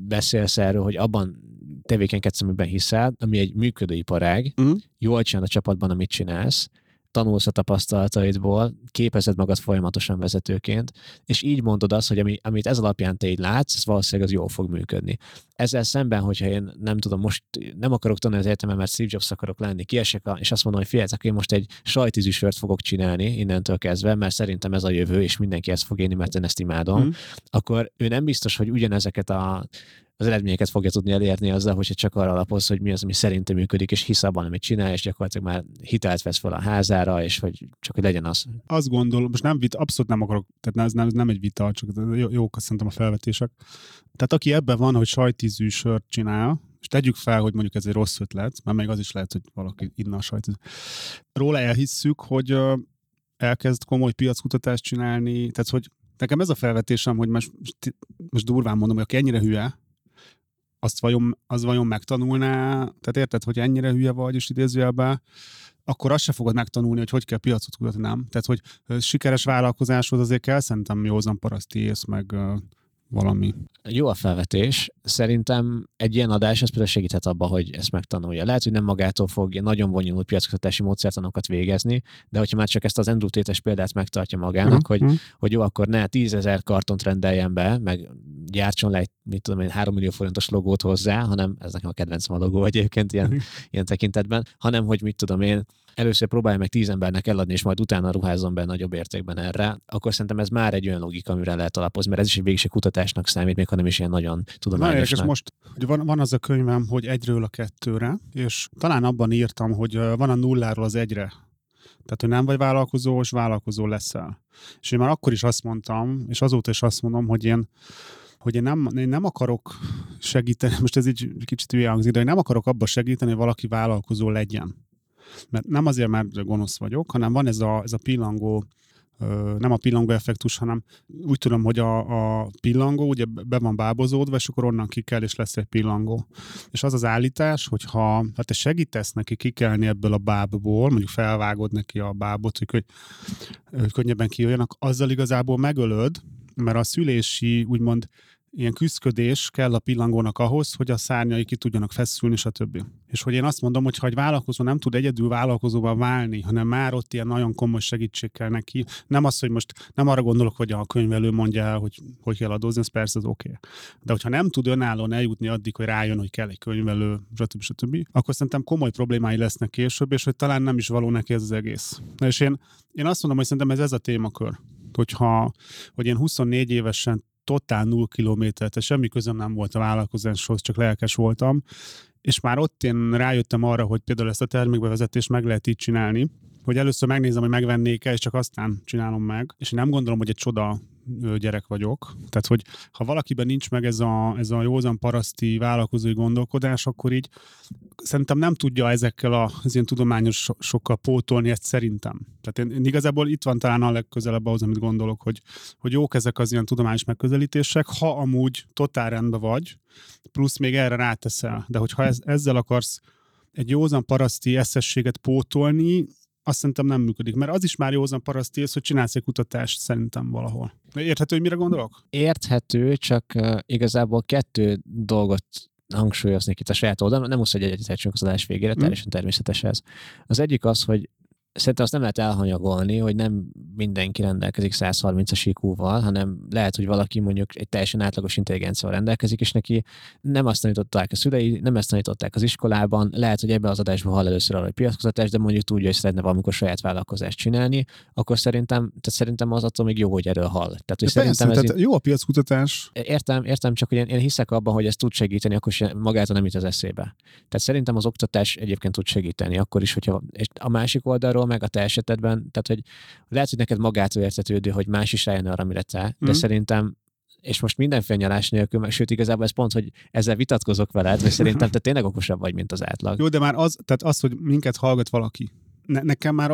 beszélsz erről, hogy abban tevékenykedsz, amiben hiszel, ami egy működő iparág, jól csinál a csapatban, amit csinálsz, tanulsz a tapasztalataidból, képezed magad folyamatosan vezetőként, és így mondod azt, hogy amit ez alapján te így látsz, ez valószínűleg az jól fog működni. Ezzel szemben, hogyha én nem tudom, most nem akarok tanulni az egyetemen, mert Steve Jobs akarok lenni, kiesek, és azt mondom, hogy figyeljetek, én most egy sajtízű sört fogok csinálni innentől kezdve, mert szerintem ez a jövő, és mindenki ezt fog élni, mert én ezt imádom, akkor ő nem biztos, hogy ugyanezeket az eredményeket fogja tudni elérni azzal, hogyha csak arra alapoz, hogy mi az, ami szerintem működik, és hisz abban, amit csinál, és gyakorlatilag már hitelt vesz fel a házára, és hogy csak hogy legyen az. Azt gondolom, most abszolút nem akarok, tehát ez nem egy vita, csak jók szerintem a felvetések. Tehát aki ebben van, hogy sajtízű sört csinál, és tegyük fel, hogy mondjuk ez egy rossz ötlet, mert még az is lehet, hogy valaki inna a sajtízű. Róla elhisszük, hogy elkezd komoly piackutatást csinálni, tehát hogy nekem ez a felvetésem, hogy most durván mondom, hogy aki ennyire hülye, az vajon megtanulná, tehát érted, hogy ennyire hülye vagy, és idézőjelben, akkor azt se fogod megtanulni, hogy kell piacot kutatni, nem? Tehát, hogy sikeres vállalkozáshoz azért kell szerintem józan paraszti ész, meg valami. Jó a felvetés. Szerintem egy ilyen adás az például segíthet abba, hogy ezt megtanulja. Lehet, hogy nem magától fog nagyon bonyolult piackutatási módszertanokat végezni, de hogyha már csak ezt az Andrew Tate-es példát megtartja magának, hogy jó, akkor ne 10 000 kartont rendeljen be, meg gyártson le egy, 3 millió forintos logót hozzá, hanem ez nekem a kedvencem a logó egyébként ilyen tekintetben, hanem hogy először próbálja meg 10 embernek eladni, és majd utána ruházzon be nagyobb értékben erre, akkor szerintem ez már egy olyan logika, amire lehet alapozni, mert ez is egy végső kutatásnak számít, még ha nem is ilyen nagyon tudományosnak. Na, most, hogy van az a könyvem, hogy 1-ről a 2-re, és talán abban írtam, hogy van a 0-ról az 1-re. Tehát, hogy nem vagy vállalkozó, és vállalkozó leszel. És én már akkor is azt mondtam, és azóta is azt mondom, hogy én nem akarok segíteni, most ez egy kicsit hülye hangzik, de én nem akarok abba segíteni, hogy valaki vállalkozó legyen. Mert nem azért, mert gonosz vagyok, hanem van ez a pillangó, nem a pillangó effektus, hanem úgy tudom, hogy a pillangó ugye be van bábozódva, és akkor onnan kikel, és lesz egy pillangó. És az az állítás, hogyha te segítesz neki kikelni ebből a bábból, mondjuk felvágod neki a bábot, hogy könnyebben kijöjjenek, azzal igazából megölöd, mert a szülési, úgymond, ilyen küszködés kell a pillangónak ahhoz, hogy a szárnyai ki tudjanak feszülni, stb. És hogy én azt mondom, hogy ha egy vállalkozó nem tud egyedül vállalkozóval válni, hanem már ott ilyen nagyon komoly segítség kell neki, nem az, hogy most nem arra gondolok, hogy a könyvelő mondja el, hogy kell adózni, ez persze az oké. De hogyha nem tud önállóan eljutni addig, hogy rájön, hogy kell egy könyvelő, stb., akkor szerintem komoly problémái lesznek később, és hogy talán nem is való neki ez az egész. És én azt mondom, hogy szerintem ez a témakör. Hogy én 24 évesen totál 0 kilométert, semmi közöm nem volt a vállalkozáshoz, csak lelkes voltam, és már ott én rájöttem arra, hogy például ezt a termékbevezetést meg lehet így csinálni, hogy először megnézem, hogy megvennék-e, és csak aztán csinálom meg, és én nem gondolom, hogy egy csoda gyerek vagyok. Tehát, hogy ha valakiben nincs meg ez a józan paraszti vállalkozói gondolkodás, akkor így szerintem nem tudja ezekkel az ilyen tudományos sokkal pótolni ezt szerintem. Tehát én igazából itt van talán a legközelebb ahhoz, amit gondolok, hogy jók ezek az ilyen tudományos megközelítések, ha amúgy totál rendben vagy, plusz még erre ráteszel. De hogyha ezzel akarsz egy józan paraszti eszességet pótolni, azt szerintem nem működik, mert az is már józan paraszti ész, hogy csinálsz egy kutatást szerintem valahol. Érthető, hogy mire gondolok? Érthető, csak igazából 2 dolgot hangsúlyoznék itt a saját oldalon, nem musz, hogy egyetértsünk az adás végére, teljesen természetes ez. Az egyik az, hogy szerintem azt nem lehet elhanyagolni, hogy nem mindenki rendelkezik 130-as IQ-val, hanem lehet, hogy valaki mondjuk egy teljesen átlagos intelligenciával rendelkezik, és neki nem azt tanították a szülei, nem ezt tanították az iskolában, lehet, hogy ebben az adásban hall először arra, hogy piackutatás, de mondjuk tudja, hogy szeretne valamikor saját vállalkozást csinálni, akkor szerintem az attól még jó, hogy erről hall. Tehát, hogy szerintem tehát jó a piackutatás. Értem, csak hogy én hiszek abban, hogy ez tud segíteni, akkor sem magától nem jut az eszébe. Tehát szerintem az oktatás egyébként tud segíteni, akkor is, hogyha és a másik oldalról meg a te esetedben, tehát hogy lehet, hogy neked magától értetődő, hogy más is rájön arra, amire te, de szerintem, és most mindenféle nyalás nélkül, meg sőt igazából ez pont, hogy ezzel vitatkozok veled, vagy szerintem te tényleg okosabb vagy, mint az átlag. Jó, de már az, hogy minket hallgat valaki. Nekem már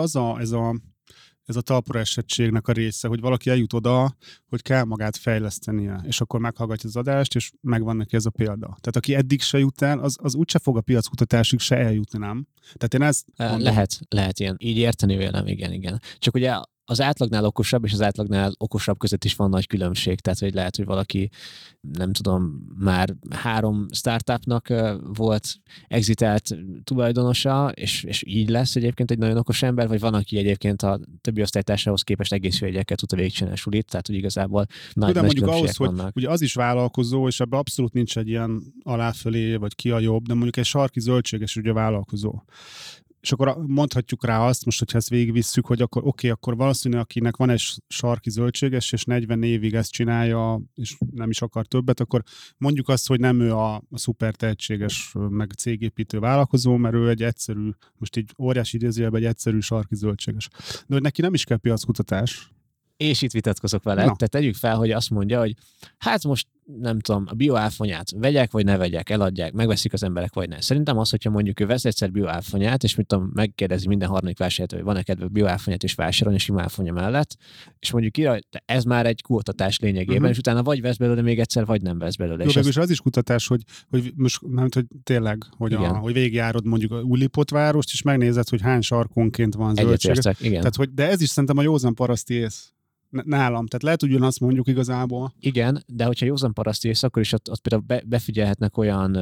ez a talpra esettségnek a része, hogy valaki eljut oda, hogy kell magát fejlesztenie, és akkor meghallgatja az adást, és megvan neki ez a példa. Tehát aki eddig se jut el, az úgyse fog a piackutatásig se eljutni, nem? Tehát én ezt lehet ilyen, így érteni vélem, igen. Csak ugye az átlagnál okosabb és az átlagnál okosabb között is van nagy különbség. Tehát, hogy lehet, hogy valaki, nem tudom, már 3 startupnak volt exitált tulajdonosa, és így lesz egyébként egy nagyon okos ember, vagy van, aki egyébként a többi osztálytársához képest egész jó jegyekkel tudta végigcsinálni a sulit, tehát, hogy igazából nagy mondjuk ahhoz, vannak. hogy ugye az is vállalkozó, és ebben abszolút nincs egy ilyen aláfölé, vagy ki a jobb, de mondjuk egy sarki zöldséges ugye vállalkozó. És akkor mondhatjuk rá azt, most, hogyha ezt végigvisszük, hogy akkor akkor valószínűleg, akinek van egy sarki zöldséges, és 40 évig ezt csinálja, és nem is akar többet, akkor mondjuk azt, hogy nem ő a szuper tehetséges, meg cégépítő vállalkozó, mert ő egy egyszerű, most így óriási idézőjelben egy egyszerű sarki zöldséges. De hogy neki nem is kell piackutatás. És itt vitatkozok vele. Tehát tegyük fel, hogy azt mondja, hogy hát most nem tudom, a bioálfonyát vegyek, vagy ne vegyek, eladják, megveszik az emberek, vagy ne. Szerintem az, hogyha mondjuk ő vesz egyszer bioálfonyát, és mit tudom, megkérdezi minden harmadik vásárlótól, hogy van-e kedve bioálfonyát is vásárolni, sima álfonya mellett, és mondjuk írja, hogy ez már egy kutatás lényegében, és utána vagy vesz belőle még egyszer, vagy nem vesz belőle. Jó, és az is kutatás, hogy most nem hogy tényleg, hogy végigjárod mondjuk a Újlipót várost, és megnézed, hogy hány sarkonként van zöldség. Tehát, de ez is szerintem a józan paraszti ész. Nálam. Tehát lehet, hogy ugyanazt mondjuk igazából. Igen, de hogyha józan paraszti ész, akkor is ott például befigyelhetnek olyan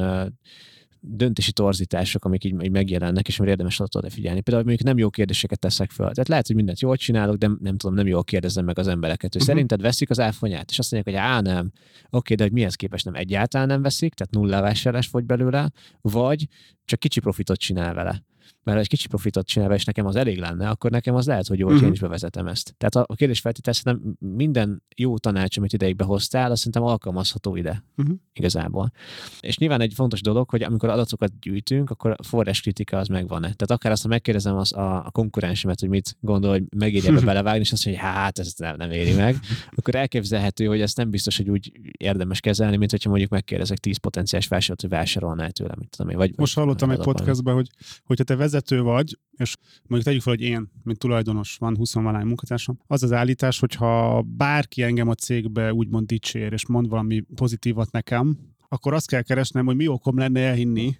döntési torzítások, amik így megjelennek, és amire érdemes odafigyelni. Például mondjuk nem jó kérdéseket teszek föl. Tehát lehet, hogy mindent jól csinálok, de nem tudom, nem jól kérdezem meg az embereket, hogy szerinted veszik az álfonyát? És azt mondják, hogy nem. Oké, de hogy mihez képest nem? Egyáltalán nem veszik, tehát nulla vásárlás fogy belőle, vagy csak kicsi profitot csinál vele. Mert ha egy kicsi profitot csinálva, és nekem az elég lenne, akkor nekem az lehet, hogy jó, hogy én is bevezetem ezt. Tehát a kérdés feltétel szerintem minden jó tanács, amit ideig behoztál, azt szerintem alkalmazható ide igazából. És nyilván egy fontos dolog, hogy amikor adatokat gyűjtünk, akkor a forráskritika az megvan-e. Tehát akár azt, ha megkérdezem a konkurensemet, hogy mit gondol, hogy megéri ebbe belevágni, és azt mondja, hogy hát ez nem éri meg, akkor elképzelhető, hogy ezt nem biztos, hogy úgy érdemes kezelni, mint hogyha mondjuk megkérdezek 10 potenciális vásárlót, hogy vásárolnál tőlem, mit tudom én. Most hallottam egy podcastben, hogyha te vezető vagy, és mondjuk tegyük fel, hogy én, mint tulajdonos, van 20-valány munkatársam, az állítás, hogyha bárki engem a cégbe úgymond dicsér, és mond valami pozitívat nekem, akkor azt kell keresnem, hogy mi okom lenne elhinni,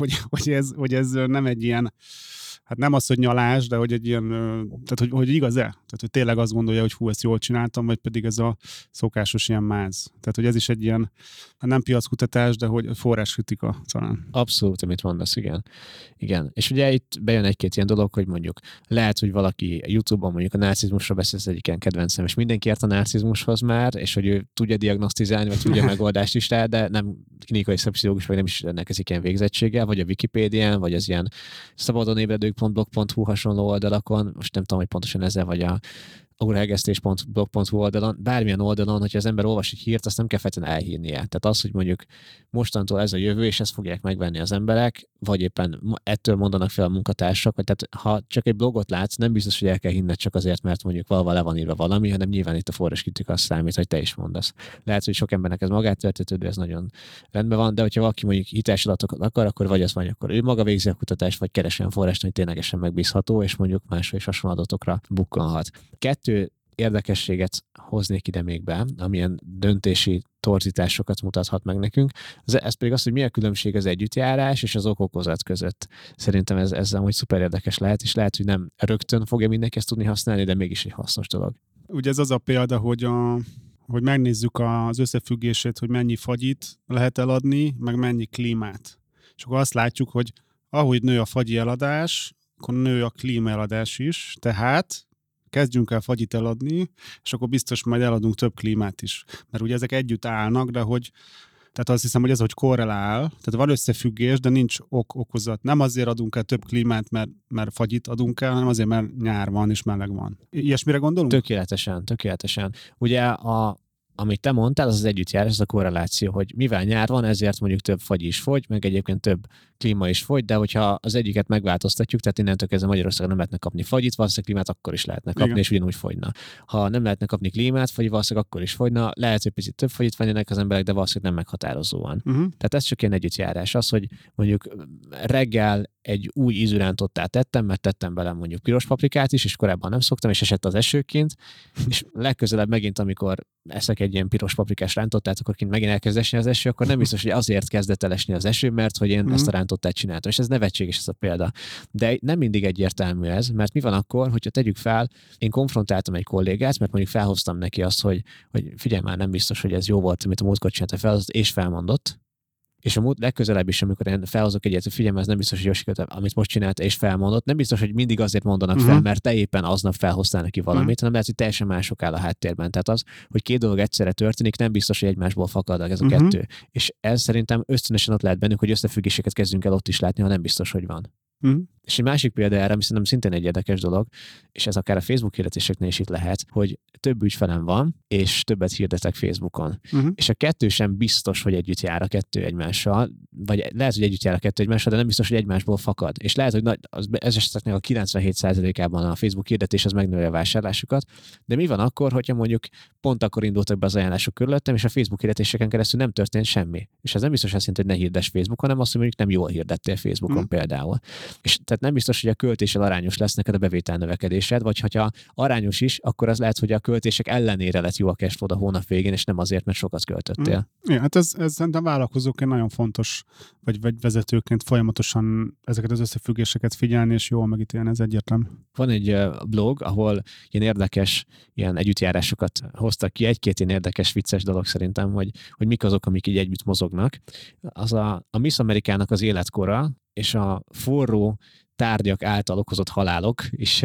hogy ez nem egy ilyen, hát nem az, hogy nyalás, de hogy egy ilyen, tehát hogy igaz-e? Tehát, hogy tényleg azt gondolja, hogy ezt jól csináltam, vagy pedig ez a szokásos ilyen máz. Tehát, hogy ez is egy ilyen, nem piackutatás, de hogy forráskritika talán. Abszolút, amit mondasz, igen. Igen. És ugye itt bejön egy-két ilyen dolog, hogy mondjuk lehet, hogy valaki YouTube-on mondjuk a narcizmusra beszél, ez egyik ilyen kedvencem, és mindenki ért a narcizmushoz már, és hogy ő tudja diagnosztizálni, vagy tudja megoldást is rá, de nem klinikai szakpszichológus, vagy nem is rendelkezik ilyen végzettséggel, vagy a Wikipédián, vagy az ilyen szabadonébredők.blog.hu hasonló oldalakon, most nem tudom, hogy pontosan ezzel, vagy a agorahegesztés.blog.hu oldalon, bármilyen oldalon, hogyha az ember olvas egy hírt, azt nem kell feltétlenül elhírnie. Tehát az, hogy mondjuk mostantól ez a jövő, és ezt fogják megvenni az emberek, vagy éppen ettől mondanak fel a munkatársak, vagy tehát ha csak egy blogot látsz, nem biztos, hogy el kell hinned csak azért, mert mondjuk valahol le van írva valami, hanem nyilván itt a forráskritika az számít, hogy te is mondasz. Lehet, hogy sok embernek ez magától értetődő, ez nagyon rendben van, de hogyha valaki mondjuk hiteles adatokat akar, akkor vagy az van, akkor ő maga végzi a kutatást, vagy keres olyan forrást, hogy ténylegesen megbízható, és mondjuk máshol is hasonló adatokra bukkanhat. 2 érdekességet hoznék ide még be, amilyen döntési torzításokat mutathat meg nekünk. Ez pedig az, hogy mi a különbség az együttjárás és az ok-okozat között. Szerintem ez amúgy szuper érdekes lehet, és lehet, hogy nem rögtön fogja mindenki ezt tudni használni, de mégis egy hasznos dolog. Ugye ez az a példa, hogy megnézzük az összefüggését, hogy mennyi fagyit lehet eladni, meg mennyi klímát. És akkor azt látjuk, hogy ahogy nő a fagyi eladás, akkor nő a klímaeladás is, tehát kezdjünk el fagyit eladni, és akkor biztos majd eladunk több klímát is. Mert ugye ezek együtt állnak, de tehát azt hiszem, hogy ez, hogy korrelál, tehát van összefüggés, de nincs okozat. Nem azért adunk el több klímát, mert fagyit adunk el, hanem azért, mert nyár van és meleg van. Ilyesmire gondolunk? Tökéletesen. Ugye amit te mondtál, az együttjárás, ez a korreláció, hogy mivel nyár van, ezért mondjuk több fagy is fogy, meg egyébként több klíma is fogy, de hogyha az egyiket megváltoztatjuk, tehát innentől kezdve Magyarországon nem lehetne kapni fagyit, valószínűleg klímát akkor is lehetne kapni, igen, és ugyanúgy fogyna. Ha nem lehetne kapni klímát, fagyit valószínűleg akkor is fogyna, lehet, hogy picit több fagyit vennének az emberek, de valószínűleg nem meghatározóan. Tehát ez csak ilyen együttjárás. Az, hogy mondjuk reggel egy új ízűrántottát tettem, mert tettem bele mondjuk piros paprikát is, és korábban nem szoktam, és esett az esőként, és legközelebb megint, amikor eszek egy ilyen piros paprikás rántottát, akkor kint megint elkezd esni az eső, akkor nem biztos, hogy azért kezdett el esni az eső, mert hogy én ezt a rántottát csináltam. És ez nevetséges ez a példa. De nem mindig egyértelmű ez, mert mi van akkor, hogyha tegyük fel, én konfrontáltam egy kollégát, mert mondjuk felhoztam neki azt, hogy figyelj már, nem biztos, hogy ez jó volt, amit a múltkor csinálta fel, és felmondott. És a legközelebb is, amikor én felhozok egyet, hogy figyelj, ez nem biztos, hogy jó sikerült, amit most csinálta és felmondott, nem biztos, hogy mindig azért mondanak fel, mert te éppen aznap felhoztál neki valamit, hanem lehet, hogy teljesen mások áll a háttérben. Tehát az, hogy két dolog egyszerre történik, nem biztos, hogy egymásból fakad ez a kettő. És ez szerintem ösztönösen ott lehet bennünk, hogy összefüggéseket kezdünk el ott is látni, ha nem biztos, hogy van. És egy másik példa erre, ami szerintem szintén egy érdekes dolog, és ez akár a Facebook hirdetéseknél is itt lehet, hogy több ügyfelem van, és többet hirdetek Facebookon. És a kettő sem biztos, hogy együtt jár a kettő egymással, vagy lehet, hogy együtt jár a kettő egymással, de nem biztos, hogy egymásból fakad. És lehet, hogy ez eseteknek a 97%-ában a Facebook hirdetés az megnöveli a vásárlásukat, de mi van akkor, hogyha mondjuk pont akkor indultak be az ajánlások körülöttem, és a Facebook hirdetéseken keresztül nem történt semmi. És ez nem biztos azt jelenti, hogy ne hirdess Facebookon, hanem azt, hogy mondjuk nem jól hirdettél Facebookon például. És tehát nem biztos, hogy a költéssel arányos lesz neked a bevétel növekedésed, vagy ha arányos is, akkor az lehet, hogy a költések ellenére lett jó a cash flow a hónap végén, és nem azért, mert sokat költöttél. Ja, hát ez szerintem vállalkozóként nagyon fontos, vagy vezetőként folyamatosan ezeket az összefüggéseket figyelni, és jól megítélni, ez egyértelmű. Van egy blog, ahol ilyen érdekes ilyen együttjárásokat hoztak ki, egy-két ilyen érdekes, vicces dolog szerintem, hogy mik azok, amik így együtt mozognak. Az a Miss Amerikának az életkora, és a forró tárgyak által okozott halálok, és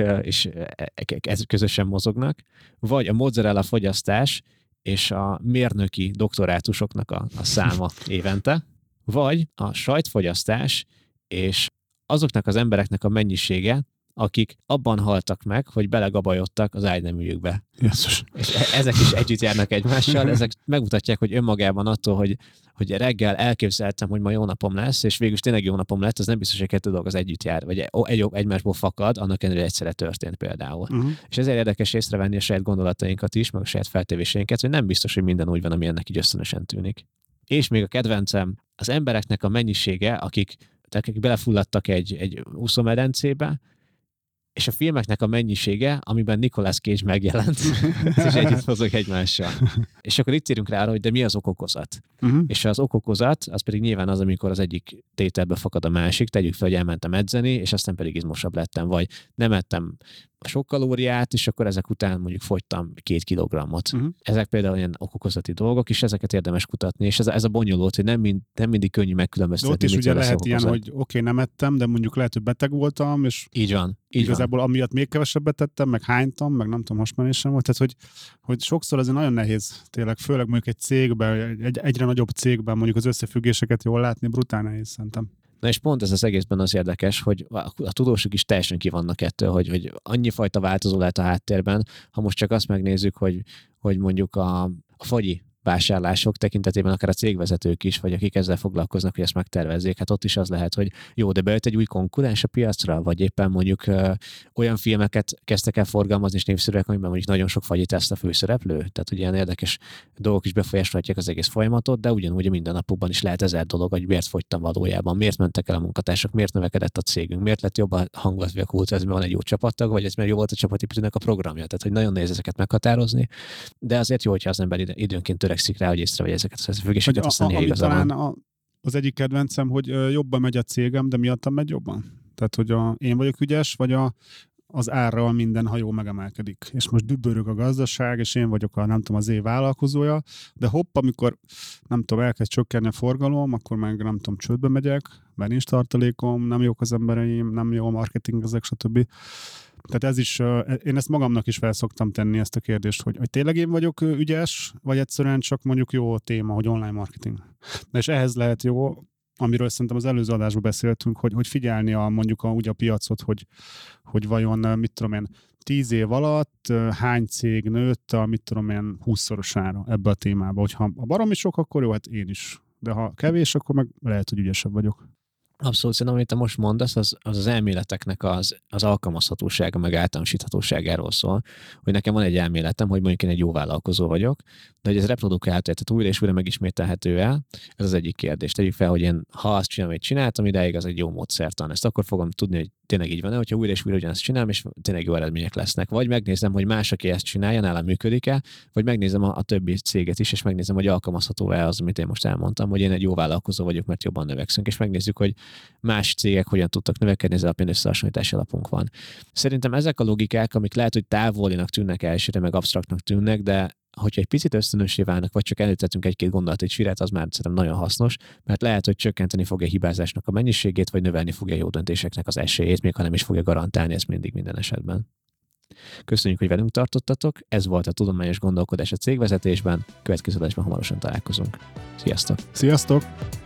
közösen mozognak, vagy a mozzarella fogyasztás és a mérnöki doktorátusoknak a száma évente, vagy a sajtfogyasztás és azoknak az embereknek a mennyisége, akik abban haltak meg, hogy belegabajodtak az ágyneműjükbe. Jézus. És ezek is együtt járnak egymással, ezek megmutatják, hogy önmagában attól, hogy reggel elképzeltem, hogy ma jó napom lesz, és végül tényleg jó napom lett, az nem biztos, hogy kettő dolog az együtt jár, vagy egymásból fakad, annak ellenére egyszerre történt például. És ezért érdekes észrevenni a saját gondolatainkat is, meg a saját feltevéseinket, hogy nem biztos, hogy minden úgy van, ami ennek így ösztönösen tűnik. És még a kedvencem, az embereknek a mennyisége, akik belefulladtak egy úszómedencébe, és a filmeknek a mennyisége, amiben Nicolas Cage megjelent, és együtt hozok egymással. És akkor itt térünk rá, hogy de mi az okokozat. És az okokozat, az pedig nyilván az, amikor az egyik tételbe fakad a másik, tegyük fel, hogy elmentem edzeni, és aztán pedig izmosabb lettem, vagy nem ettem sok kalóriát, és akkor ezek után mondjuk fogytam 2 kilogrammot. Ezek például ilyen okokozati dolgok, és ezeket érdemes kutatni, és ez a bonyolult, hogy nem mindig könnyű megkülönböztetni. Ott is ugye lehet ilyen, hogy oké, nem ettem, de mondjuk lehet, hogy beteg voltam, és így van. Igazából amiatt még kevesebbet tettem, meg hánytam, meg nem tudom, hasmenésem volt. Tehát, hogy sokszor azért nagyon nehéz tényleg, főleg mondjuk egy cégben, egyre nagyobb cégben mondjuk az összefüggéseket jól látni, brutál nehéz szerintem. Na és pont ez az egészben az érdekes, hogy a tudósok is teljesen ki vannak ettől, hogy annyi fajta változó lehet a háttérben, ha most csak azt megnézzük, hogy mondjuk a fagyi vásárlások tekintetében akár a cégvezetők is, vagy akik ezzel foglalkoznak, hogy ezt megtervezzék, hát ott is az lehet, hogy jó, de bejött egy új konkurens a piacra, vagy éppen mondjuk olyan filmeket kezdtek el forgalmazni és népszerűek, amiben mondjuk nagyon sok fagyit tesz a főszereplő. Tehát ugye ilyen érdekes dolgok is befolyásolhatják az egész folyamatot, de ugyanúgy a mindennapokban is lehet 1000 dolog, hogy miért fogytam valójában, miért mentek el a munkatársak, miért növekedett a cégünk, miért lett jobb a hangulat, vagy a kultúra, van egy jó csapattag, vagy ez mert jó volt a csapatépítőnek a programja. Tehát hogy nagyon nehéz ezeket meghatározni, de azért jó, hogyha az ember időnként törekszik rá, hogy észrevegye ezeket az összefüggéseket, aztán néha igaza van. Az egyik kedvencem, hogy jobban megy a cégem, de miattam megy jobban. Tehát, hogy én vagyok ügyes, vagy az árral minden hajó megemelkedik. És most dübörög a gazdaság, és én vagyok nem tudom, az év vállalkozója, de hopp, amikor nem tudom, elkezd csökkenni a forgalom, akkor meg nem tudom, csődbe megyek, mert nincs tartalékom, nem jók az embereim, nem jó a marketing, ezek, stb. Tehát ez is, én ezt magamnak is fel szoktam tenni ezt a kérdést, hogy tényleg én vagyok ügyes, vagy egyszerűen csak mondjuk jó téma, hogy online marketing. Na és ehhez lehet jó, amiről szerintem az előző adásban beszéltünk, hogy figyelni mondjuk a piacot, hogy vajon, mit tudom én, 10 év alatt hány cég nőtt a, mit tudom én, 20-szorosára ebbe a témába. Hogyha a baromi sok, akkor jó, hát én is. De ha kevés, akkor meg lehet, hogy ügyesebb vagyok. Abszolút, szerintem, amit te most mondasz, az elméleteknek az alkalmazhatósága, meg általánosíthatóságáról szól, hogy nekem van egy elméletem, hogy mondjuk én egy jó vállalkozó vagyok, de hogy ez reprodukálható, tehát újra és újra megismételhető el, ez az egyik kérdés. Tegyük fel, hogy én ha azt csinálom, amit csináltam idáig, az egy jó módszertan. Ezt akkor fogom tudni, hogy tényleg így van-e, hogyha újra és újra ugyanazt csinálom, és tényleg jó eredmények lesznek. Vagy megnézem, hogy más, aki ezt csinálja, nálam működik-e, vagy megnézem a többi céget is, és megnézem, hogy alkalmazható-e az, amit én most elmondtam, hogy én egy jó vállalkozó vagyok, mert jobban növekszünk, és megnézzük, hogy más cégek hogyan tudtak növekedni, ez alapján összehasonlítási alapunk van. Szerintem ezek a logikák, amik lehet, hogy távolinak tűnnek elsőre, meg absztraktnak tűnnek, de hogyha egy picit ösztönössé válnak, vagy csak előtettünk egy-két gondolat, egy sírát, az már szerintem nagyon hasznos, mert lehet, hogy csökkenteni fogja hibázásnak a mennyiségét, vagy növelni fogja jó döntéseknek az esélyét, még ha nem is fogja garantálni ezt mindig minden esetben. Köszönjük, hogy velünk tartottatok, ez volt a Tudományos Gondolkodás a cégvezetésben, következő adásban hamarosan találkozunk. Sziasztok! Sziasztok!